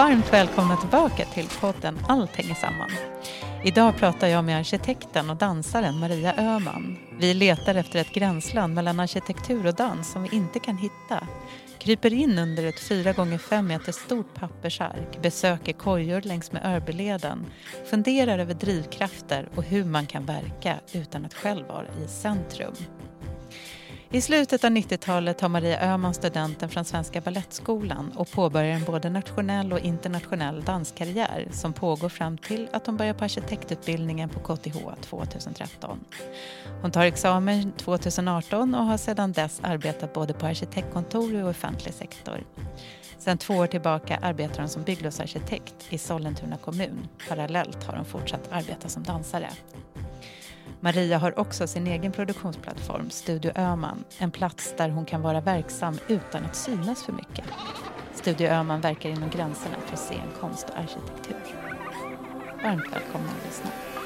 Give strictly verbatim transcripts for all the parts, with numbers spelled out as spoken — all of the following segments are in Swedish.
Varmt välkomna tillbaka till podden Allt hänger samman. Idag pratar jag med arkitekten och dansaren Maria Öhman. Vi letar efter ett gränsland mellan arkitektur och dans som vi inte kan hitta. Kryper in under ett fyra gånger fem meter stort pappersark, besöker kojor längs med Örbyleden, funderar över drivkrafter och hur man kan verka utan att själv vara i centrum. I slutet av nittiotalet har Maria Öhman studenten från Svenska Ballettskolan och påbörjar en både nationell och internationell danskarriär som pågår fram till att hon börjar på arkitektutbildningen på K T H tjugohundratretton. Hon tar examen tjugoarton och har sedan dess arbetat både på arkitektkontor och offentlig sektor. Sedan två år tillbaka arbetar hon som bygglovsarkitekt i Sollentuna kommun. Parallellt har hon fortsatt arbeta som dansare. Maria har också sin egen produktionsplattform, Studio Öhman, en plats där hon kan vara verksam utan att synas för mycket. Studio Öhman verkar inom gränserna för scenkonst och arkitektur. Varmt välkomna att lyssna.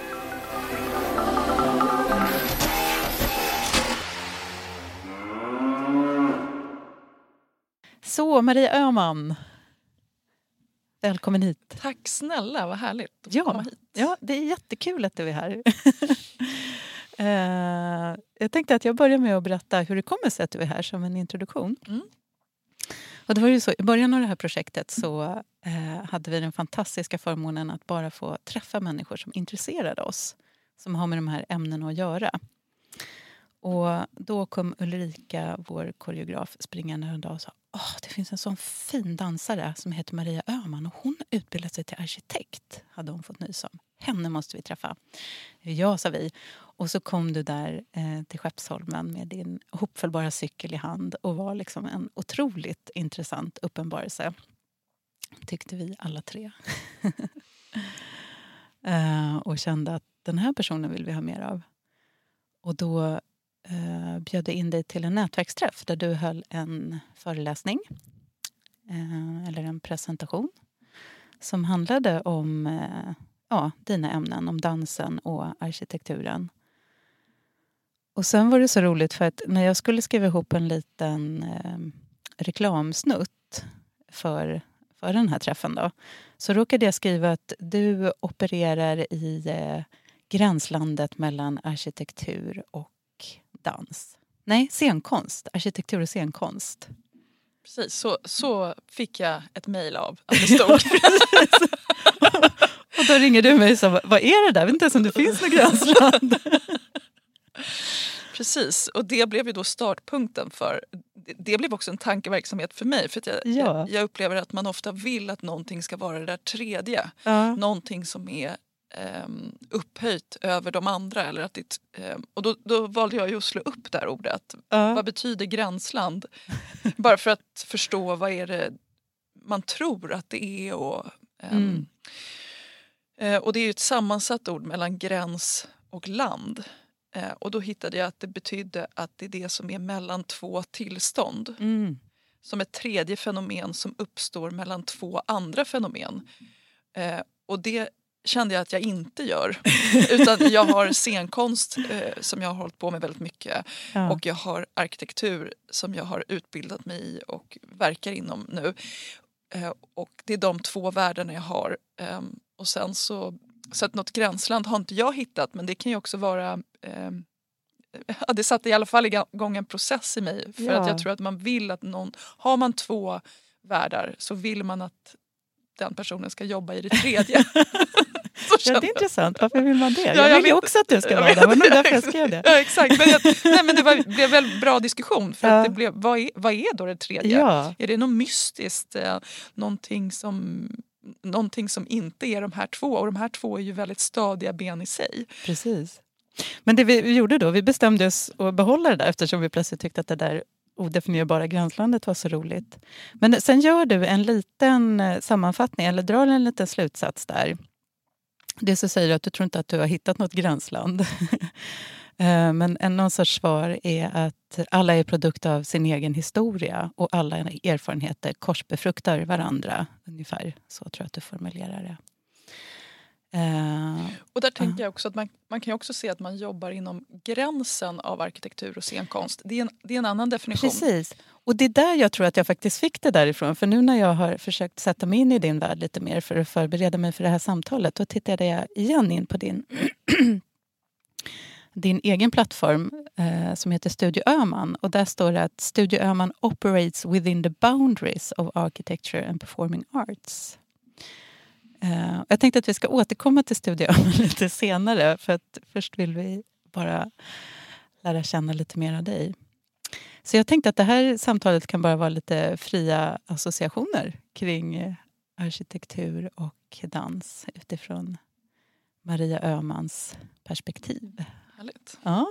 Så, Maria Öhman. Välkommen hit. Tack snälla, vad härligt att ja, komma hit. Ja, det är jättekul att du är här. uh, jag tänkte att jag börjar med att berätta hur det kommer sig att du är här som en introduktion. Mm. Och det var ju så, i början av det här projektet så uh, hade vi den fantastiska förmånen att bara få träffa människor som intresserade oss. Som har med de här ämnena att göra. Och då kom Ulrika, vår koreograf, springande en dag och sa Åh, det finns en sån fin dansare som heter Maria Öhman och hon utbildade sig till arkitekt, hade hon fått nys om. Henne måste vi träffa. Ja, sa vi. Och så kom du där eh, till Skeppsholmen med din hopfällbara cykel i hand och var liksom en otroligt intressant uppenbarelse. Tyckte vi alla tre. eh, och kände att den här personen vill vi ha mer av. Och då Uh, bjöd in dig till en nätverksträff där du höll en föreläsning uh, eller en presentation som handlade om uh, ja, dina ämnen, om dansen och arkitekturen. Och sen var det så roligt för att när jag skulle skriva ihop en liten uh, reklamsnutt för, för den här träffen då, så råkade jag skriva att du opererar i uh, gränslandet mellan arkitektur och dans. Nej, scenkonst. Arkitektur och scenkonst. Precis, så, så fick jag ett mejl av att det stod. Och då ringer du mig och sa, vad är det där? Jag vet inte ens om det finns något gränsland. Precis, och det blev ju då startpunkten för, det blev också en tankeverksamhet för mig. För att jag, ja. jag, jag upplever att man ofta vill att någonting ska vara det där tredje. Ja. Någonting som är Um, upphöjt över de andra eller att det, um, och då, då valde jag ju att slå upp det här ordet. Uh. Vad betyder gränsland? Bara för att förstå vad är det man tror att det är och, um, mm. uh, och det är ju ett sammansatt ord mellan gräns och land. Uh, och då hittade jag att det betydde att det är det som är mellan två tillstånd. Mm. Som ett tredje fenomen som uppstår mellan två andra fenomen. Uh, och det kände jag att jag inte gör. Utan jag har scenkonst eh, som jag har hållit på med väldigt mycket. Ja. Och jag har arkitektur som jag har utbildat mig i och verkar inom nu. Eh, och det är de två världarna jag har. Eh, och sen så, så att något gränsland har inte jag hittat. Men det kan ju också vara... Eh, ja, det satte i alla fall igång en process i mig. För ja. Att jag tror att man vill att någon... Har man två världar så vill man att den personen ska jobba i det tredje. Ja, det är intressant. Varför vill man det? Ja, jag, jag vill ju också att du ska vara där. Det var nog därför jag skrev det. Ja, exakt. Men, jag, nej, men det var, blev väl bra diskussion. För ja. Att det blev, vad, är, vad är då det tredje? Ja. Är det något mystiskt? Eh, någonting, som, någonting som inte är de här två? Och de här två är ju väldigt stadiga ben i sig. Precis. Men det vi gjorde då, vi bestämde oss att behålla det där eftersom vi plötsligt tyckte att det där odefinierbara gränslandet var så roligt. Men sen gör du en liten sammanfattning eller drar en liten slutsats där. Det så säger att du tror inte att du har hittat något gränsland. Men en någon sorts svar är att alla är produkt av sin egen historia och alla erfarenheter korsbefruktar varandra. Ungefär så tror jag att du formulerar det. Uh, och där tänker uh. jag också att man, man kan ju också se att man jobbar inom gränsen av arkitektur och scenkonst. Det är en, det är en annan definition. Precis. Och det är där jag tror att jag faktiskt fick det därifrån. För nu när jag har försökt sätta mig in i din värld lite mer för att förbereda mig för det här samtalet, då tittade jag igen in på din, din egen plattform eh, som heter Studio Öhman. Och där står det att Studio Öhman operates within the boundaries of architecture and performing arts. Uh, jag tänkte att vi ska återkomma till Studio Öhman lite senare, för att först vill vi bara lära känna lite mer av dig. Så jag tänkte att det här samtalet kan bara vara lite fria associationer kring arkitektur och dans utifrån Maria Öhmans perspektiv. Härligt. Ja.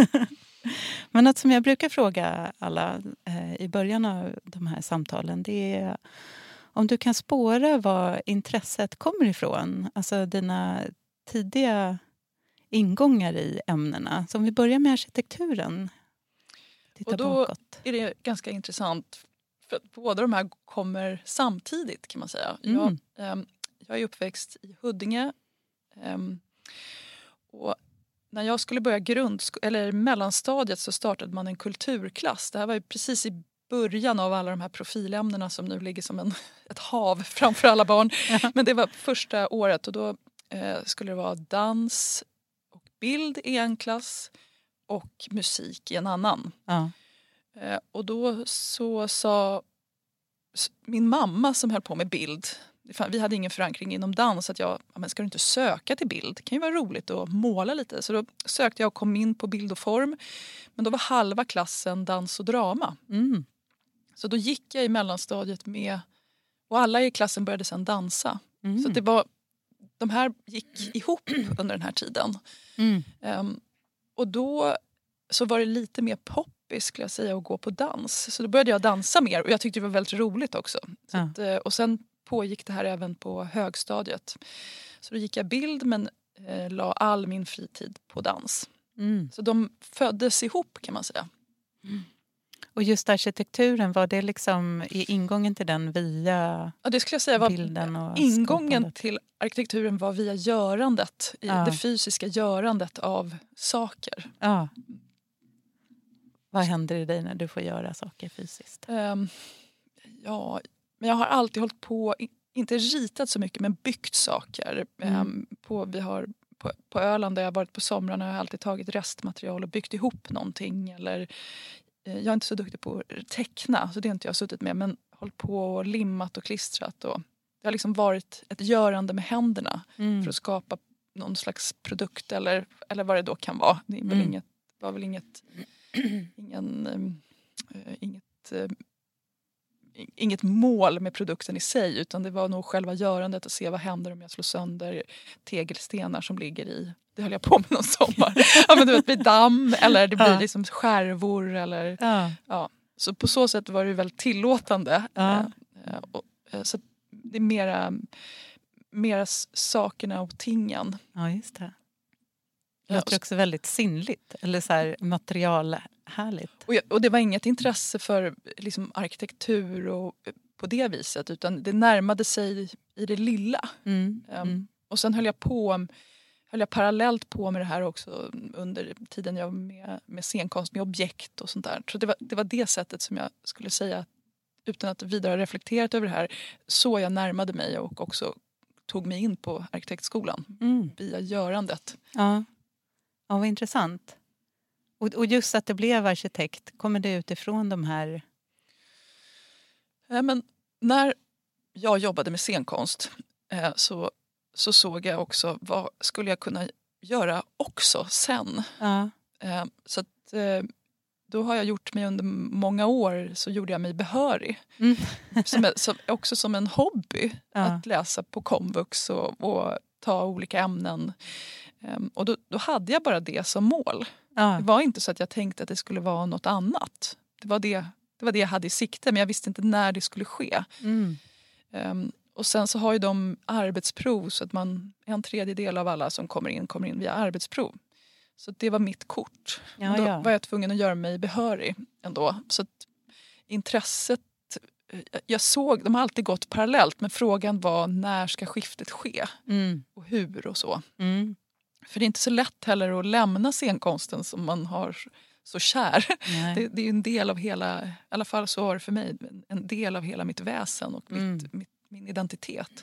Men något som jag brukar fråga alla eh, i början av de här samtalen, det är om du kan spåra var intresset kommer ifrån. Alltså dina tidiga ingångar i ämnena. Så om vi börjar med arkitekturen. Titta och då bakåt. Är det ganska intressant. För att båda de här kommer samtidigt, kan man säga. Mm. Jag, ähm, jag är uppväxt i Huddinge. Ähm, och när jag skulle börja grundsk- eller mellanstadiet så startade man en kulturklass. Det här var ju precis i början av alla de här profilämnena som nu ligger som en, ett hav framför alla barn. Ja. Men det var första året och då eh, skulle det vara dans och bild i en klass och musik i en annan. Ja. Eh, och då så sa min mamma som höll på med bild, vi hade ingen förankring inom dans, att jag, men ska du inte söka till bild? Det kan ju vara roligt att måla lite. Så då sökte jag och kom in på bild och form. Men då var halva klassen dans och drama. Mm. Så då gick jag i mellanstadiet med, och alla i klassen började sedan dansa. Mm. Så det var, de här gick ihop under den här tiden. Mm. Um, och då så var det lite mer poppis, skulle jag säga, att gå på dans. Så då började jag dansa mer och jag tyckte det var väldigt roligt också. Så ja. att, och sen pågick det här även på högstadiet. Så då gick jag bild men eh, la all min fritid på dans. Mm. Så de föddes ihop, kan man säga. Mm. Och just arkitekturen, var det liksom i ingången till den via ja, det skulle jag säga var bilden och ingången skapandet? till arkitekturen var via görandet, i ja. det fysiska görandet av saker. Ja. Vad händer i dig när du får göra saker fysiskt? Um, ja, men jag har alltid hållit på, inte ritat så mycket, men byggt saker. Mm. Um, på, vi har, på, på Öland där jag varit på somrarna har jag alltid tagit restmaterial och byggt ihop någonting. Eller, eh, jag är inte så duktig på att teckna, så det har inte jag suttit med. Men hållit på och limmat och klistrat. Och det har liksom varit ett görande med händerna mm. för att skapa någon slags produkt eller, eller vad det då kan vara. Det är väl Mm. inget, var väl inget, ingen, äh, inget... Äh, inget mål med produkten i sig, utan det var nog själva görandet, att se vad händer om jag slår sönder tegelstenar som ligger i, det höll jag på med någon sommar. Ja, men du vet, det blir damm eller det blir ja. liksom skärvor eller ja. ja. Så på så sätt var det väldigt tillåtande. Ja. Eh, och, så det är mera, mera sakerna och tingen. Ja, just det. Det låter också väldigt sinnligt eller så här materialhärligt. Och, jag, och det var inget intresse för liksom, arkitektur och på det viset, utan det närmade sig i det lilla. Mm. Um, Mm. och sen höll jag på höll jag parallellt på med det här också under tiden jag var med, med scenkonst, med objekt och sånt där. Så det var, det var det sättet som jag skulle säga, utan att vidare reflekterat över det här, så jag närmade mig och också tog mig in på arkitektskolan mm. via görandet. Ja. Ja, vad intressant. Och, och just att det blev arkitekt, kommer det utifrån de här? Ja, men när jag jobbade med scenkonst eh, så, så såg jag också vad skulle jag kunna göra också sen. Ja. Eh, så att, eh, då har jag gjort mig under många år, så gjorde jag mig behörig. Mm. som, som, också som en hobby ja. att läsa på komvux och, och ta olika ämnen. Um, och då, då hade jag bara det som mål. Ja. Det var inte så att jag tänkte att det skulle vara något annat. Det var det, det var det jag hade i sikte, men jag visste inte när det skulle ske. Mm. Um, och sen så har ju de arbetsprov, så att man, en tredjedel av alla som kommer in kommer in via arbetsprov. Så det var mitt kort. Ja, då ja. var jag tvungen att göra mig behörig ändå. Så att intresset jag såg, de har alltid gått parallellt, men frågan var när ska skiftet ske? Mm. Och hur och så. Mm. För det är inte så lätt heller att lämna scenkonsten som man har så kär. Det, det är en del av hela, i alla fall så var det för mig, en del av hela mitt väsen och mitt, Mm. mitt, min identitet.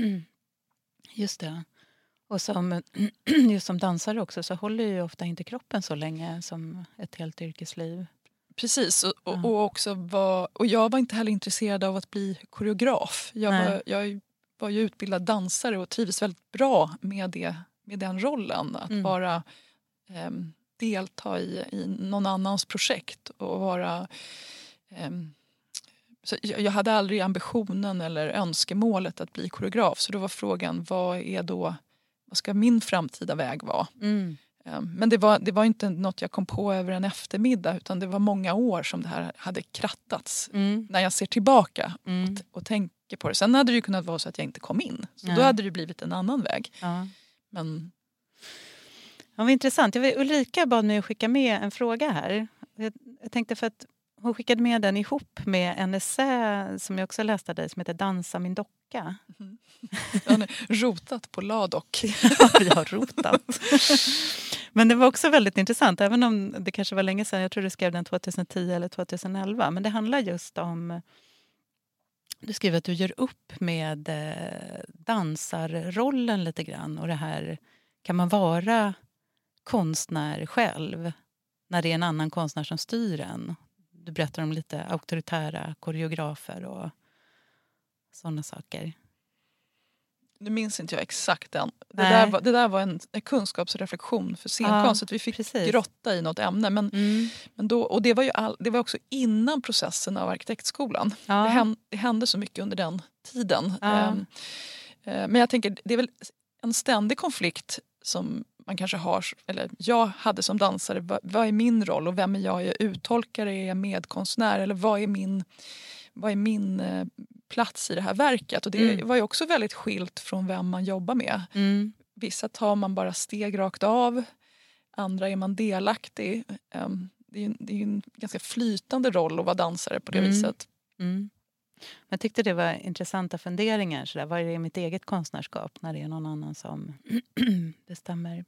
Just det. Och som, just som dansare också så håller ju ofta inte kroppen så länge som ett helt yrkesliv. Precis, och, Ja. och, också var, och jag var inte heller intresserad av att bli koreograf. Jag Nej. var, jag var ju utbildad dansare och trivdes väldigt bra med, det, med den rollen. Att Mm. vara ehm, delta i, i någon annans projekt och vara... ehm, så jag, jag hade aldrig ambitionen eller önskemålet att bli koreograf, så då var frågan, vad är då, vad ska min framtida väg vara? Mm. Um, men det var, det var inte något jag kom på över en eftermiddag, utan det var många år som det här hade krattats. Mm. När jag ser tillbaka Mm. och, och tänker på det. Sen hade det ju kunnat vara så att jag inte kom in. Så Nej. då hade det blivit en annan väg. Ja. Men Ja, vad intressant. Jag vill, Ulrika bad mig att skicka med en fråga här. Jag, jag tänkte för att hon skickade med den ihop med en essä som jag också läste dig som heter Dansa min docka. jag har rotat på Ladok. Ja, vi har rotat. Men det var också väldigt intressant, även om det kanske var länge sedan. Jag tror du skrev den tjugohundratio eller tjugohundraelva. Men det handlar just om... Du skriver att du gör upp med eh, dansarrollen lite grann. Och det här, kan man vara konstnär själv när det är en annan konstnär som styr en? Du berättar om lite auktoritära koreografer och sådana saker. Nu minns inte jag exakt den. Det, Nej. där var, det där var en, en kunskapsreflektion för scenkonst. Ja, så att vi fick precis. grotta i något ämne. Men, Mm. men då, och det var, ju all, det var också innan processen av arkitektskolan. Ja. Det, hände, det hände så mycket under den tiden. Ja. Ehm, eh, men jag tänker, det är väl en ständig konflikt som man kanske har, eller jag hade som dansare. Vad, vad är min roll och vem är jag? Är jag uttolkare? Är jag medkonstnär? Eller vad är min, vad är min eh, plats i det här verket? Och det Mm. var ju också väldigt skilt från vem man jobbar med. Mm. Vissa tar man bara steg rakt av. Andra är man delaktig. Um, det är ju det är ju en ganska flytande roll att vara dansare på det Mm. viset. Mm. Jag tyckte det var intressanta funderingar. Så där. Vad är det i mitt eget konstnärskap när det är någon annan som bestämmer?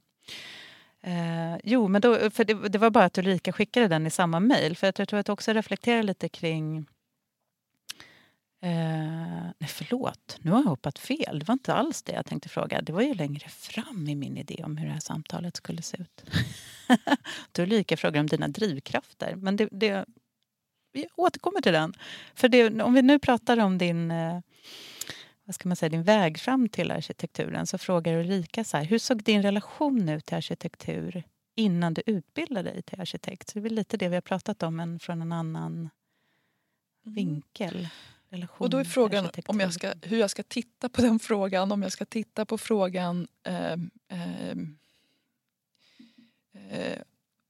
Eh, jo, men då, för det, det var bara att Ulrika skickade den i samma mejl. För jag tror att jag också reflekterar lite kring... Eh, nej, förlåt. Nu har jag hoppat fel. Det var inte alls det jag tänkte fråga. Det var ju längre fram i min idé om hur det här samtalet skulle se ut. Du Ulrika frågar om dina drivkrafter. Men det... det vi återkommer till den. För det, om vi nu pratar om din, eh, vad ska man säga, din väg fram till arkitekturen, så frågar Ulrika så här: hur såg din relation ut till arkitektur innan du utbildade dig till arkitekt? Så det är väl lite det vi har pratat om, men från en annan vinkel. Relation Och då är till frågan arkitektur. om jag ska, hur jag ska titta på den frågan. Om jag ska titta på frågan eh, eh, eh,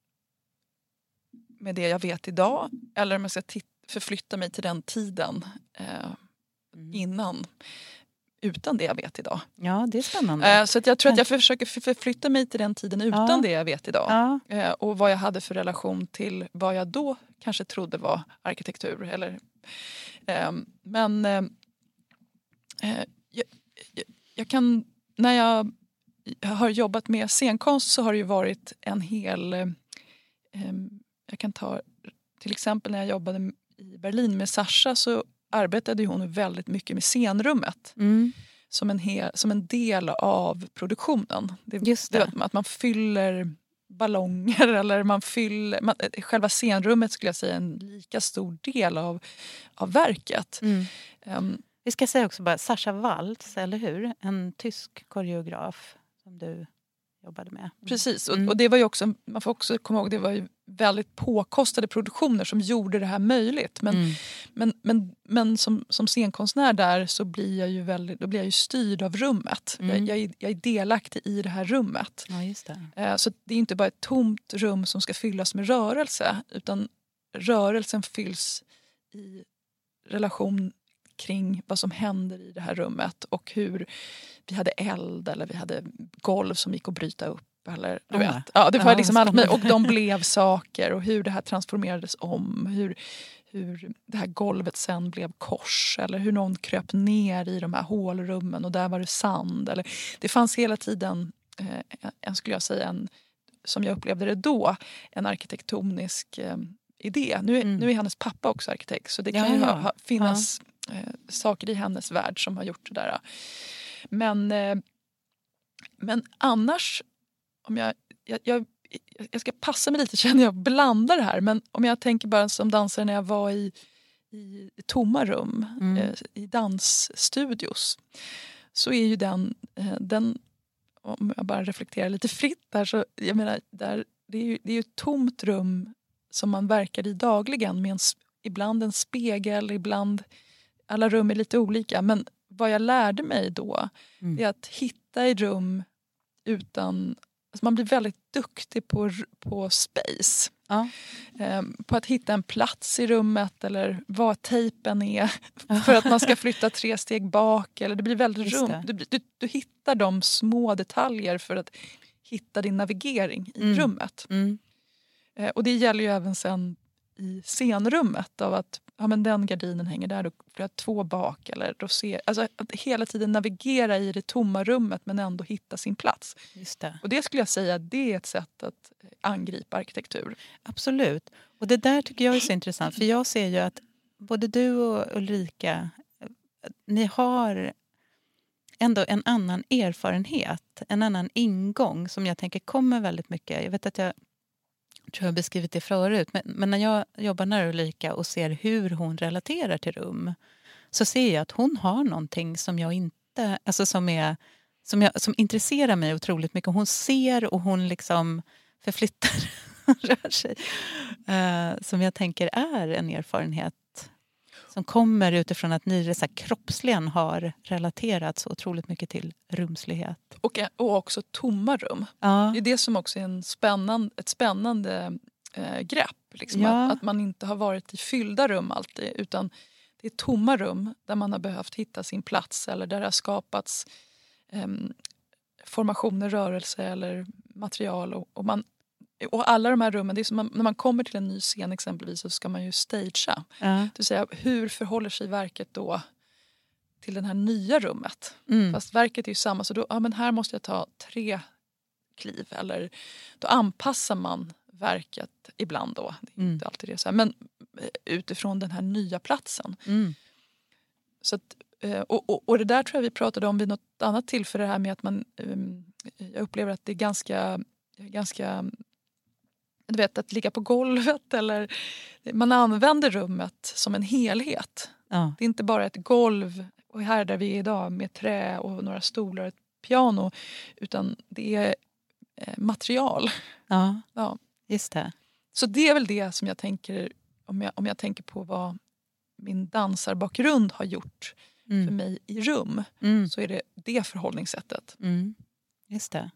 med det jag vet idag. Eller om jag ska titta, förflytta mig till den tiden eh, Mm. innan. Utan det jag vet idag. Ja, det är spännande. Eh, så att jag tror att jag försöker förflytta mig till den tiden utan Ja. det jag vet idag. Ja. Eh, och vad jag hade för relation till vad jag då kanske trodde var arkitektur. Eller, eh, men eh, eh, jag, jag, jag kan, när jag har jobbat med scenkonst så har det ju varit en hel... Eh, eh, jag kan ta till exempel när jag jobbade i Berlin med Sasha, så arbetade hon väldigt mycket med scenrummet. Mm. Som en, hel, som en del av produktionen. Det, Just det. det att man fyller ballonger eller man fyller... Man, själva scenrummet skulle jag säga är en lika stor del av, av verket. Mm. Um, Vi ska säga också bara Sascha Waltz, eller hur? En tysk koreograf som du jobbade med. Mm. precis, och, Mm. och det var ju också, man får också komma ihåg, det var ju väldigt påkostade produktioner som gjorde det här möjligt. Men, Mm. men, men, men som, som scenkonstnär där så blir jag ju, väldigt, då blir jag ju styrd av rummet. Mm. Jag, jag, är, jag är delaktig i det här rummet. Ja, just det. Eh, Så det är inte bara ett tomt rum som ska fyllas med rörelse, utan rörelsen fylls i relation kring vad som händer i det här rummet och hur vi hade eld eller vi hade golv som gick att bryta upp. Eller, du Ja. vet. Ja, det var Ja, liksom allt med, och spännande. de blev saker och hur det här transformerades om. Hur, hur det här golvet sen blev kors. Eller hur någon kröp ner i de här hålrummen och där var det sand. Eller, det fanns hela tiden, eh, en, skulle jag säga, en, som jag upplevde det då, en arkitektonisk eh, idé. Nu, mm. nu är hennes pappa också arkitekt, så det kan ja, ju ha, ha, finnas ja. eh, saker i hennes värld som har gjort det där. Men, eh, men annars, om jag, jag, jag, jag ska passa mig lite, känner jag, blanda det här. Men om jag tänker bara som dansare när jag var i, i tomma rum, mm. eh, i dansstudios, så är ju den, eh, den, om jag bara reflekterar lite fritt där, så jag menar, där, det är ju, det är ju ett tomt rum som man verkar i dagligen med en, ibland en spegel, ibland, alla rum är lite olika. Men vad jag lärde mig då mm. är att hitta i rum utan, alltså man blir väldigt duktig på, på space. Ja. Um, på att hitta en plats i rummet eller vad tejpen är för att man ska flytta tre steg bak. Eller det blir väldigt rum. Du, du, du hittar de små detaljer för att hitta din navigering i mm. rummet. Mm. Uh, och det gäller ju även sen i scenrummet av att ja, men den gardinen hänger där, då får jag två bak. Eller då ser, alltså att hela tiden navigera i det tomma rummet men ändå hitta sin plats. Just det. Och det skulle jag säga, det är ett sätt att angripa arkitektur. Absolut. Och det där tycker jag är så intressant. För jag ser ju att både du och Ulrika, ni har ändå en annan erfarenhet. En annan ingång som jag tänker kommer väldigt mycket. Jag vet att jag tror jag har beskrivit det förut. Men, men när jag jobbar nära Ulrika och ser hur hon relaterar till rum, så ser jag att hon har någonting som jag inte, alltså som är som, jag, som intresserar mig otroligt mycket. Hon ser och hon liksom förflyttar rör sig. Uh, som jag tänker är en erfarenhet som kommer utifrån att ni så här kroppsligen har relaterat så otroligt mycket till rumslighet. Och, och också tomma rum. Ja. Det är det som också är en spännande, ett spännande eh, grepp. Liksom. Ja. Att, att man inte har varit i fyllda rum alltid, utan det är tomma rum där man har behövt hitta sin plats eller där det har skapats eh, formationer, rörelse eller material. Och, och, man, och alla de här rummen, det är som man, när man kommer till en ny scen exempelvis, så ska man ju stagea. Ja. Det vill säga, hur förhåller sig verket då till det här nya rummet? Mm. Fast verket är ju samma, så då, ja, men här måste jag ta tre kliv. Eller då anpassar man verket ibland då. Det är mm. inte alltid det så här, men utifrån den här nya platsen. Mm. Så att, och, och, och det där tror jag vi pratade om vid något annat tillfälle, det här med att man, jag upplever att det är ganska, ganska du vet, att ligga på golvet, eller man använder rummet som en helhet. Ja. Det är inte bara ett golv, och här där vi är idag med trä och några stolar och ett piano, utan det är eh, material. Ja, ja, just det. Så det är väl det som jag tänker, om jag, om jag tänker på vad min dansarbakgrund har gjort mm. för mig i rum, mm. så är det det förhållningssättet. Mm. Just det.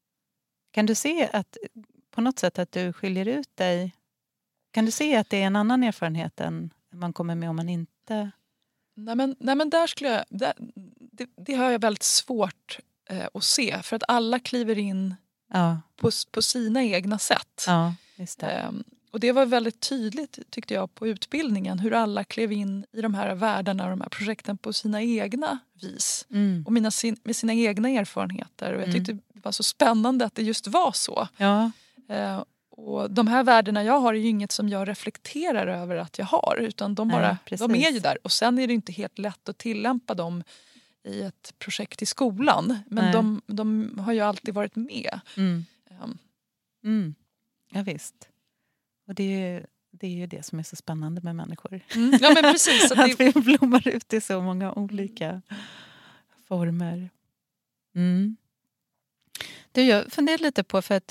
Kan du se att på något sätt att du skiljer ut dig? Kan du se att det är en annan erfarenhet än man kommer med om man inte... Nej men, nej men där skulle jag... Där, det, det har jag väldigt svårt eh, att se. För att alla kliver in ja. på, på sina egna sätt. Ja, just det. Eh, och det var väldigt tydligt, tyckte jag, på utbildningen. Hur alla klev in i de här världarna och de här projekten på sina egna vis. Mm. Och mina, sin, med sina egna erfarenheter. Och jag tyckte mm. det var så spännande att det just var så. Ja. Uh, och de här värdena jag har är ju inget som jag reflekterar över att jag har, utan de, bara, Nej, de är ju där. Och sen är det inte helt lätt att tillämpa dem i ett projekt i skolan, men de, de har ju alltid varit med. Mm. Um. Mm. Ja visst. Och det är, ju, det är ju det som är så spännande med människor. Mm. Ja men precis. Att, att vi blommar ut i så många olika former. Mm. Du, jag funderar lite på, för att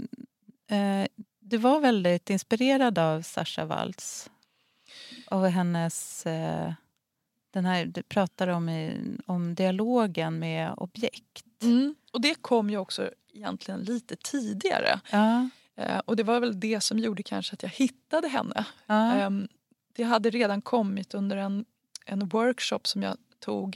eh, du var väldigt inspirerad av Sascha Waltz. Och hennes, eh, den här, du pratar om, i, om dialogen med objekt. Mm. Och det kom ju också egentligen lite tidigare. Ja. Eh, och det var väl det som gjorde kanske att jag hittade henne. Ja. Eh, det hade redan kommit under en, en workshop som jag tog.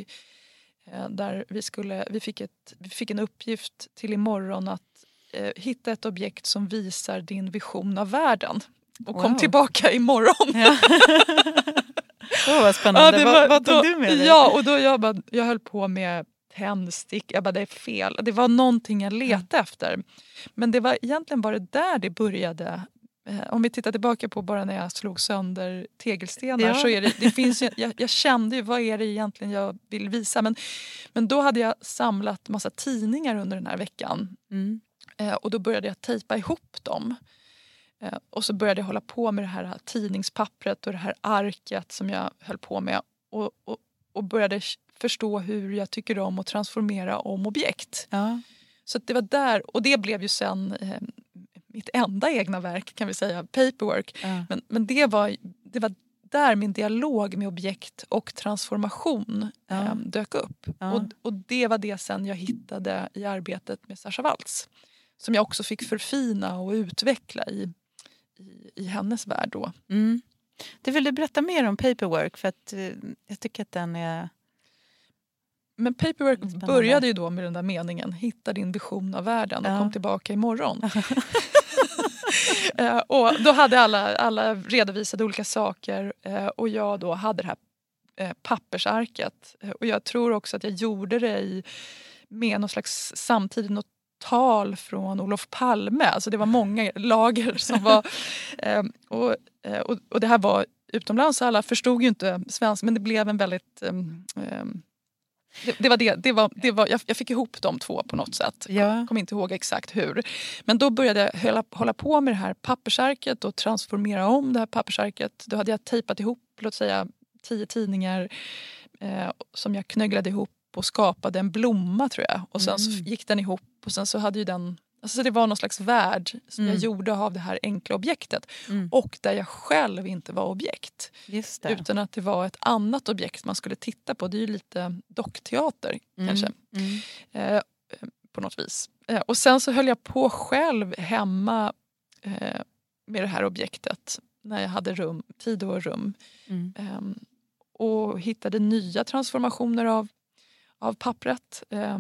Där vi, skulle, vi, fick ett, vi fick en uppgift till imorgon att eh, hitta ett objekt som visar din vision av världen. och kom tillbaka imorgon. Ja. Oh, vad spännande. Ja, var, vad, vad tog då, du med dig? Ja, och då jag, bara, jag höll på med tändstick. Jag bara, det är fel. Det var någonting jag letade mm. efter. Men det var egentligen bara där det började. Eh, om vi tittar tillbaka på bara när jag slog sönder tegelstenar. Ja. Så är det, det finns, jag, jag kände ju, vad är det egentligen jag vill visa. Men, men då hade jag samlat massa tidningar under den här veckan. Mm. Eh, och då började jag tejpa ihop dem. Eh, och så började jag hålla på med det här tidningspappret och det här arket som jag höll på med. Och, och, och började förstå hur jag tycker om att transformera om objekt. Ja. Så att det var där, och det blev ju sen eh, mitt enda egna verk kan vi säga, Paperwork. Ja. Men, men det, var, det var där min dialog med objekt och transformation ja. eh, dök upp. Ja. Och, och det var det sen jag hittade i arbetet med Sascha Waltz. Som jag också fick förfina och utveckla i, i, i hennes värld då. Mm. Du vill du berätta mer om Paperwork? För att eh, jag tycker att den är... Men Paperwork började ju då med den där meningen. Hitta din vision av världen och ja. kom tillbaka imorgon. uh, och då hade alla, alla redovisade olika saker. Uh, och jag då hade det här uh, pappersarket. Uh, och jag tror också att jag gjorde det i, med någon slags samtidigt något tal från Olof Palme. Alltså det var många lager som var... Uh, och, uh, och, och det här var utomlands. Alla förstod ju inte svenska. Men det blev en väldigt... Um, um, Det, det var det, det var, det var, jag, jag fick ihop de två på något sätt. Ja. Kom, kom inte ihåg exakt hur. Men då började jag hålla, hålla på med det här pappersarket och transformera om det här pappersarket. Då hade jag tejpat ihop, låt säga, tio tidningar eh, som jag knögglade ihop och skapade en blomma tror jag. Och sen mm. så gick den ihop och sen så hade ju den... Alltså det var någon slags värld som mm. jag gjorde av det här enkla objektet. Mm. Och där jag själv inte var objekt. Just det. Utan att det var ett annat objekt man skulle titta på. Det är ju lite dockteater mm. kanske. Mm. Eh, på något vis. Eh, och sen så höll jag på själv hemma eh, med det här objektet. När jag hade rum, tid och rum. Mm. Eh, och hittade nya transformationer av, av pappret. Eh,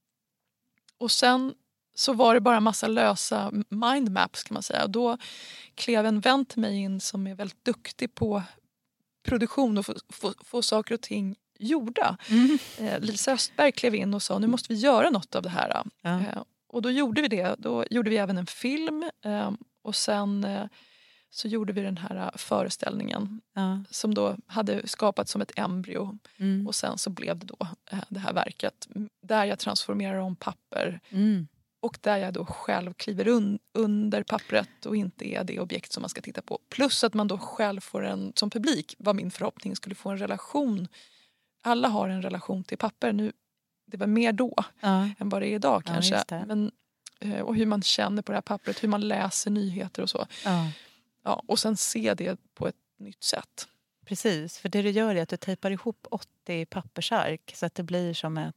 och sen... så var det bara en massa lösa mindmaps kan man säga. Och då klev en vän till mig in som är väldigt duktig på produktion och få, få, få saker och ting gjorda. Mm. Eh, Lisa Östberg klev in och sa nu måste vi göra något av det här. Ja. Eh, och då gjorde vi det. Då gjorde vi även en film. Eh, och sen eh, så gjorde vi den här föreställningen. Ja. Som då hade skapats som ett embryo. Mm. Och sen så blev det då eh, det här verket. Där jag transformerar om papper. Mm. Och där jag då själv kliver un- under pappret och inte är det objekt som man ska titta på. Plus att man då själv får en, som publik var min förhoppning, skulle få en relation. Alla har en relation till papper. Nu, det var mer då ja. än vad det är idag kanske. Ja, Men, och hur man känner på det här pappret, hur man läser nyheter och så. Ja. Ja, och sen se det på ett nytt sätt. Precis, för det du gör är att du tejpar ihop åttio pappersark så att det blir som ett...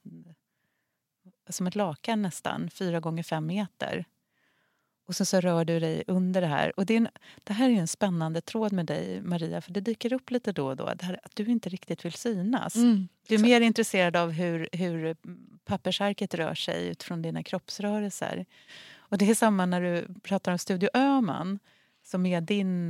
som ett lakan nästan, fyra gånger fem meter. Och sen så rör du dig under det här. Och det, är en, det här är en spännande tråd med dig, Maria, för det dyker upp lite då och då. Det här, att du inte riktigt vill synas. Mm. Du är mer intresserad av hur, hur pappersarket rör sig utifrån dina kroppsrörelser. Och det är samma när du pratar om Studio Öhman, som är din,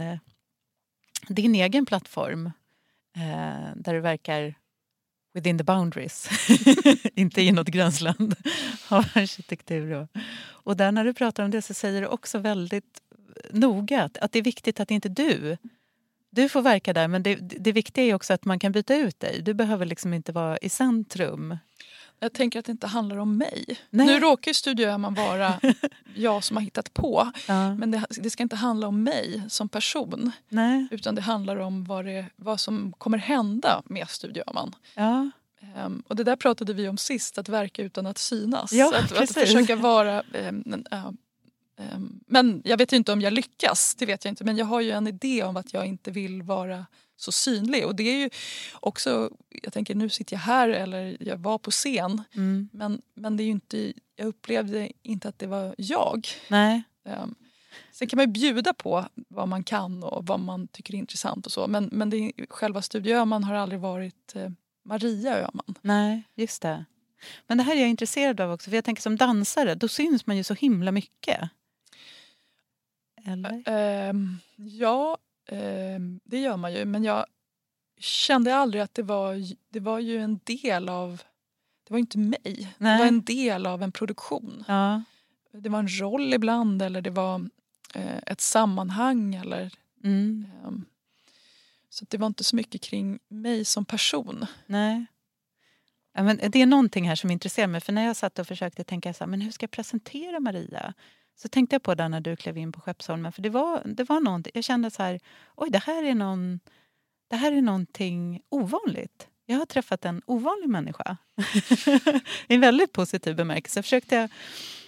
din egen plattform, eh, där du verkar... within the boundaries. Inte i något gränsland av arkitektur. Och, och där när du pratar om det så säger du också väldigt noga att, att det är viktigt att inte du du får verka där, men det, det viktiga är också att man kan byta ut dig. Du behöver liksom inte vara i centrum. Jag tänker att det inte handlar om mig. Nej. Nu råkar ju Studio Öhman vara jag som har hittat på. Ja. Men det, det ska inte handla om mig som person. Nej. Utan det handlar om vad, det, vad som kommer hända med Studio Öhman. Ja. Um, och det där pratade vi om sist, att verka utan att synas. Ja, att, att försöka vara... Um, uh, um, men jag vet inte om jag lyckas, det vet jag inte. Men jag har ju en idé om att jag inte vill vara... så synlig. Och det är ju också, jag tänker nu sitter jag här eller jag var på scen. Mm. Men, men det är ju inte, jag upplevde inte att det var jag. Nej. Um, sen kan man ju bjuda på vad man kan och vad man tycker är intressant och så. Men, men det är, själva Studio Öhman har aldrig varit eh, Maria Öhman. Nej, just det. Men det här är jag intresserad av också. För jag tänker som dansare, då syns man ju så himla mycket. eller? Uh, ja, uh, det gör man ju. Men jag kände aldrig att det var, det var ju en del av... Det var inte mig. Nej. Det var en del av en produktion. Ja. Det var en roll ibland eller det var uh, ett sammanhang. Eller, mm. um, så det var inte så mycket kring mig som person. Nej. Ja, men det är någonting här som intresserar mig. För när jag satt och försökte tänka så här, men hur ska jag presentera Maria? Så tänkte jag på det när du klev in på Skeppsholmen. För det var, det var någonting, jag kände så här, oj det här är någon, det här är någonting ovanligt. Jag har träffat en ovanlig människa. I en väldigt positiv bemärkelse. Försökte jag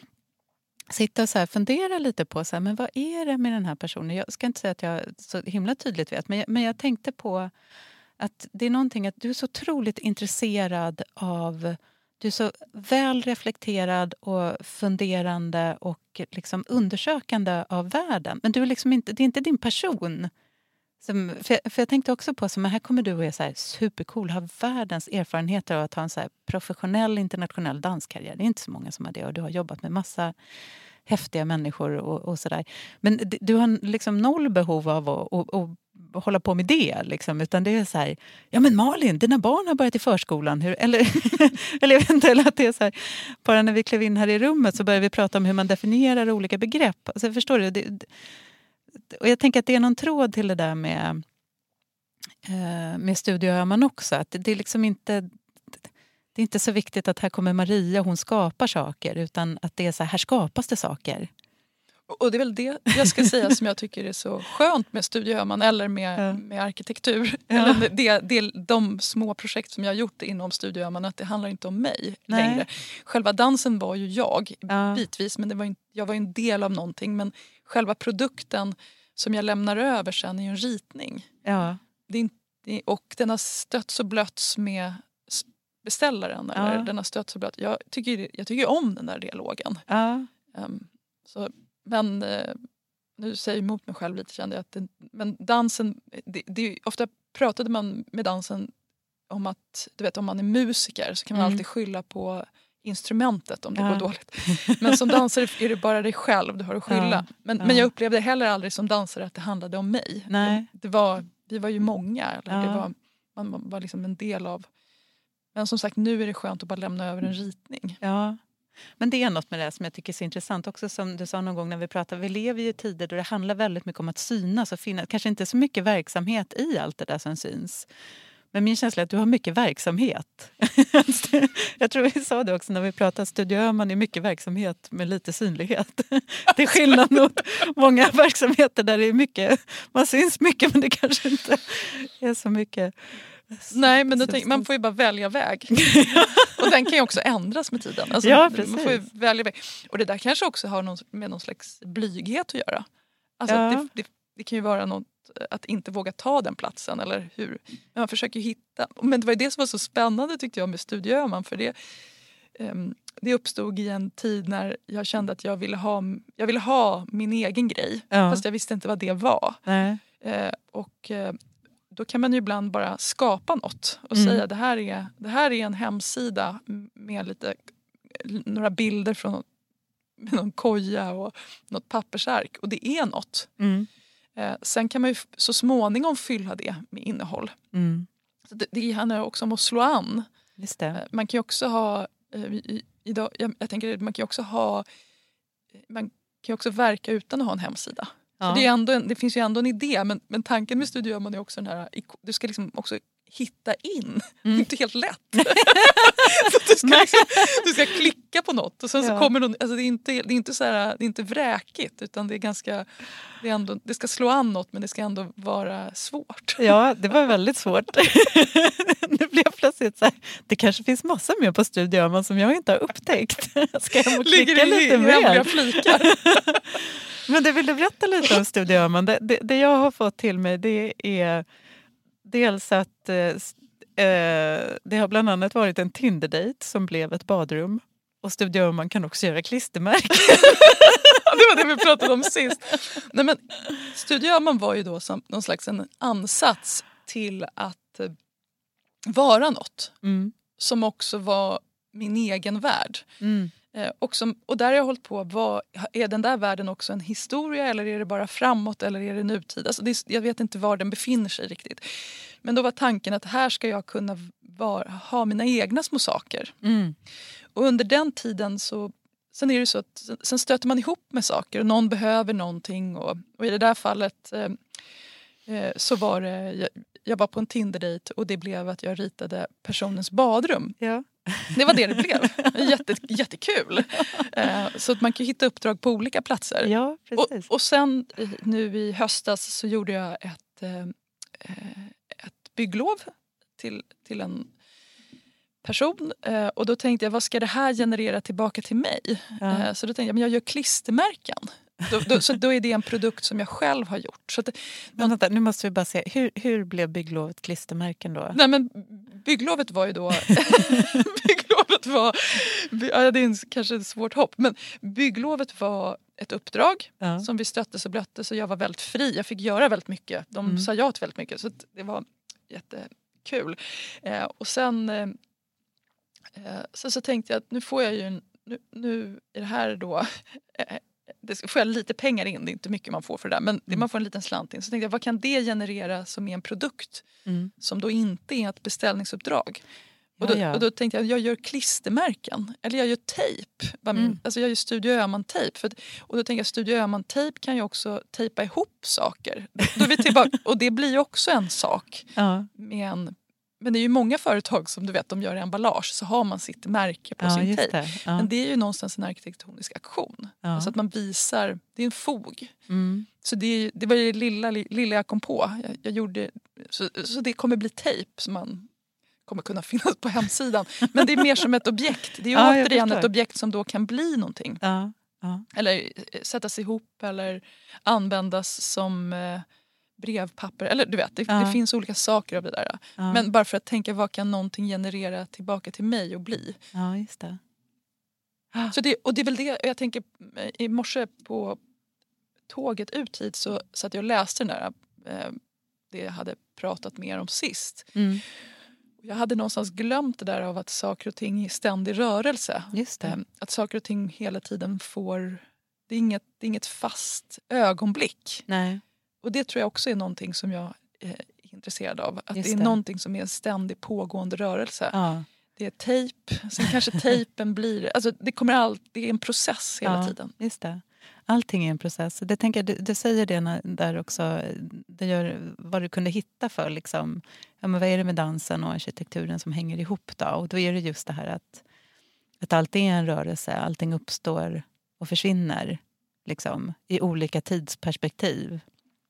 sitta och så här fundera lite på, så här, men vad är det med den här personen? Jag ska inte säga att jag så himla tydligt vet, men jag, men jag tänkte på att det är någonting att du är så otroligt intresserad av, du är så väl reflekterad och funderande och liksom undersökande av världen. Men du är liksom inte, det är inte din person. Som, för, jag, för jag tänkte också på, så, men här kommer du och är så här supercool, har världens erfarenheter av att ha en så här professionell internationell danskarriär. Det är inte så många som har det och du har jobbat med massa häftiga människor och, och sådär. Men d- du har liksom noll behov av att och, och hålla på med det liksom, utan det är så här, ja men Malin, dina barn har börjat i förskolan, hur, eller, eller jag vet inte, eller att det är så här, bara när vi klev in här i rummet så började vi prata om hur man definierar olika begrepp. Alltså, förstår du? Det, och jag tänker att det är någon tråd till det där med eh, med Studio Öhman också, att det, det är liksom inte det är inte så viktigt att här kommer Maria och hon skapar saker, utan att det är så här, här skapas det saker. Och det är väl det jag ska säga som jag tycker är så skönt med Studio Öhman eller med, ja. med arkitektur. Ja. Eller det, det, de små projekt som jag har gjort inom Studio Öhman, att det handlar inte om mig Nej. längre. Själva dansen var ju jag Ja. bitvis, men det var en, jag var en del av någonting. Men själva produkten som jag lämnar över sen är ju en ritning. Ja. Det är inte, och den har stötts och blötts med beställaren. Eller Ja. den har stötts och blötts. Jag tycker, jag tycker om den där dialogen. Ja. Um, så... Men eh, nu säger jag emot mig själv lite, kände jag. Att det, men dansen, det, det, ofta pratade man med dansen om att, du vet, om man är musiker så kan man Mm. alltid skylla på instrumentet om det Ja. går dåligt. Men som dansare är det bara dig själv du har att skylla. Ja. Men, Ja. men jag upplevde heller aldrig som dansare att det handlade om mig. Nej. Det var, vi var ju många. Eller Ja. det var, man var liksom en del av... Men som sagt, nu är det skönt att bara lämna över en ritning. Ja. Men det är något med det som jag tycker är så intressant också, som du sa någon gång när vi pratade, vi lever ju i tider då det handlar väldigt mycket om att synas och finna, kanske inte så mycket verksamhet i allt det där som syns. Men min känsla är att du har mycket verksamhet. Jag tror vi sa det också när vi pratade, Studio Öhman är mycket verksamhet med lite synlighet. Det är skillnad mot många verksamheter där det är mycket, man syns mycket men det kanske inte är så mycket. Nej, men tänk, man får ju bara välja väg. Och den kan ju också ändras med tiden. Alltså, ja, precis. Man får ju välja väg. Och det där kanske också har någon, med någon slags blyghet att göra. Alltså ja. det, det, det kan ju vara något att inte våga ta den platsen. Eller hur. Men man försöker ju hitta. Men det var ju det som var så spännande tyckte jag med Studio Öhman. För det, um, det uppstod i en tid när jag kände att jag ville ha, jag ville ha min egen grej. Ja. Fast jag visste inte vad det var. Nej. Uh, och... Uh, Då kan man ju ibland bara skapa något och Mm. säga det här, är, det här är en hemsida med lite, några bilder från med någon koja och något pappersark. Och det är något. Mm. Eh, sen kan man ju så småningom fylla det med innehåll. Mm. Så det, det handlar också om att slå an. Just det. Eh, man kan ju också ha, eh, i, idag, jag, jag tänker man kan ju också ha, man kan ju också verka utan att ha en hemsida. Ja. Så det, är ändå en, det finns ju ändå en idé, men, men tanken med Studio Öhman är också den här, du ska liksom också hitta in. Mm. Det är inte helt lätt. Så du, ska liksom, du ska klicka på något och sen så Ja. kommer någon, alltså det är inte, det är inte så här, det är inte vräkigt utan det är ganska, det, är ändå, det ska slå an något men det ska ändå vara svårt. Ja, det var väldigt svårt. Det blev plötsligt så här, det kanske finns massor mer på Studio Öhman som jag inte har upptäckt. Ska jag klicka Ligger lite i hemliga mer? flikar. Men det vill du berätta lite om Studio Öhman. Det, det, det jag har fått till mig det är dels att eh, det har bland annat varit en Tinder-date som blev ett badrum. Och Studio Öhman kan också göra klistermärken. Det var det vi pratade om sist. Nej, men Studio Öhman var ju då som någon slags en ansats till att eh, vara något. Mm. Som också var min egen värld. Mm. Eh, och, som, och där har jag hållit på, vad, är den där världen också en historia eller är det bara framåt eller är det nutid? Alltså det är, jag vet inte var den befinner sig riktigt. Men då var tanken att här ska jag kunna var, ha mina egna små saker. Mm. Och under den tiden så, sen är det så att sen stöter man ihop med saker och någon behöver någonting. Och, och i det där fallet eh, eh, så var det, jag, jag var på en Tinder-dejt och det blev att jag ritade personens badrum. Ja. Det var det det blev. Jätte, jättekul. Eh, så att man kan hitta uppdrag på olika platser. Ja, precis. Och, och sen nu i höstas så gjorde jag ett, eh, ett bygglov till, till en person. Eh, och då tänkte jag, vad ska det här generera tillbaka till mig? Ja. Eh, så då tänkte jag, men jag gör klistermärken. Då, då, så då är det en produkt som jag själv har gjort. Så att, men vänta, nu måste vi bara se, hur, hur blev bygglovet klistermärken då? Nej men bygglovet var ju då... bygglovet var... Ja, det är en, kanske ett svårt hopp. Men bygglovet var ett uppdrag Ja. som vi stöttes och blöttes. Och jag var väldigt fri. Jag fick göra väldigt mycket. De Mm. sa ja till väldigt mycket. Så det var jättekul. Eh, och sen... Eh, så, så tänkte jag att nu får jag ju... En, nu, nu är det här då... Eh, det får jag lite pengar in, det är inte mycket man får för det där, men mm. man får en liten slant in. Så tänkte jag, vad kan det generera som är en produkt mm. som då inte är ett beställningsuppdrag? Ja, och, då, ja. och då tänkte jag, jag gör klistermärken, eller jag gör tejp. Mm. Alltså jag gör Studio Öhman-tejp. För att, och då tänker jag, Studio Öhman-tejp kan ju också tejpa ihop saker. Då är vi tillbaka, och det blir ju också en sak ja. med en... Men det är ju många företag som du vet, de gör emballage, så har man sitt märke på ja, sin tejp. Ja. Men det är ju någonstans en arkitektonisk aktion. Ja. Alltså att man visar, det är en fog. Mm. Så det, det var det lilla, lilla jag kom på. Jag, jag gjorde, så, så det kommer bli tejp som man kommer kunna finnas på hemsidan. Men det är mer som ett objekt. Det är ju ja, återigen ett objekt som då kan bli någonting. Ja. Ja. Eller sättas ihop eller användas som... brevpapper, eller du vet, det, ja. det finns olika saker av det där. Ja. Men bara för att tänka, vad kan någonting generera tillbaka till mig och bli? Ja, just det. Ja. Så det, och det är väl det, jag tänker, i morse på tåget ut hit så satt jag och läste den där, eh, det jag hade pratat mer om sist. Mm. Jag hade någonstans glömt det där av att saker och ting är ständig rörelse. Just det. Eh, att saker och ting hela tiden får, det är inget, det är inget fast ögonblick. Nej. Och det tror jag också är någonting som jag är intresserad av. Att det är det. någonting som är en ständig pågående rörelse. Ja. Det är tejp, sen kanske tejpen blir... Alltså det kommer allt, det är en process hela ja, tiden. Just det. Allting är en process. Det, tänker, det, det säger det där också. Det gör vad du kunde hitta för liksom, ja, men vad är det med dansen och arkitekturen som hänger ihop då? Och då är det just det här att, att allt är en rörelse. Allting uppstår och försvinner liksom, i olika tidsperspektiv.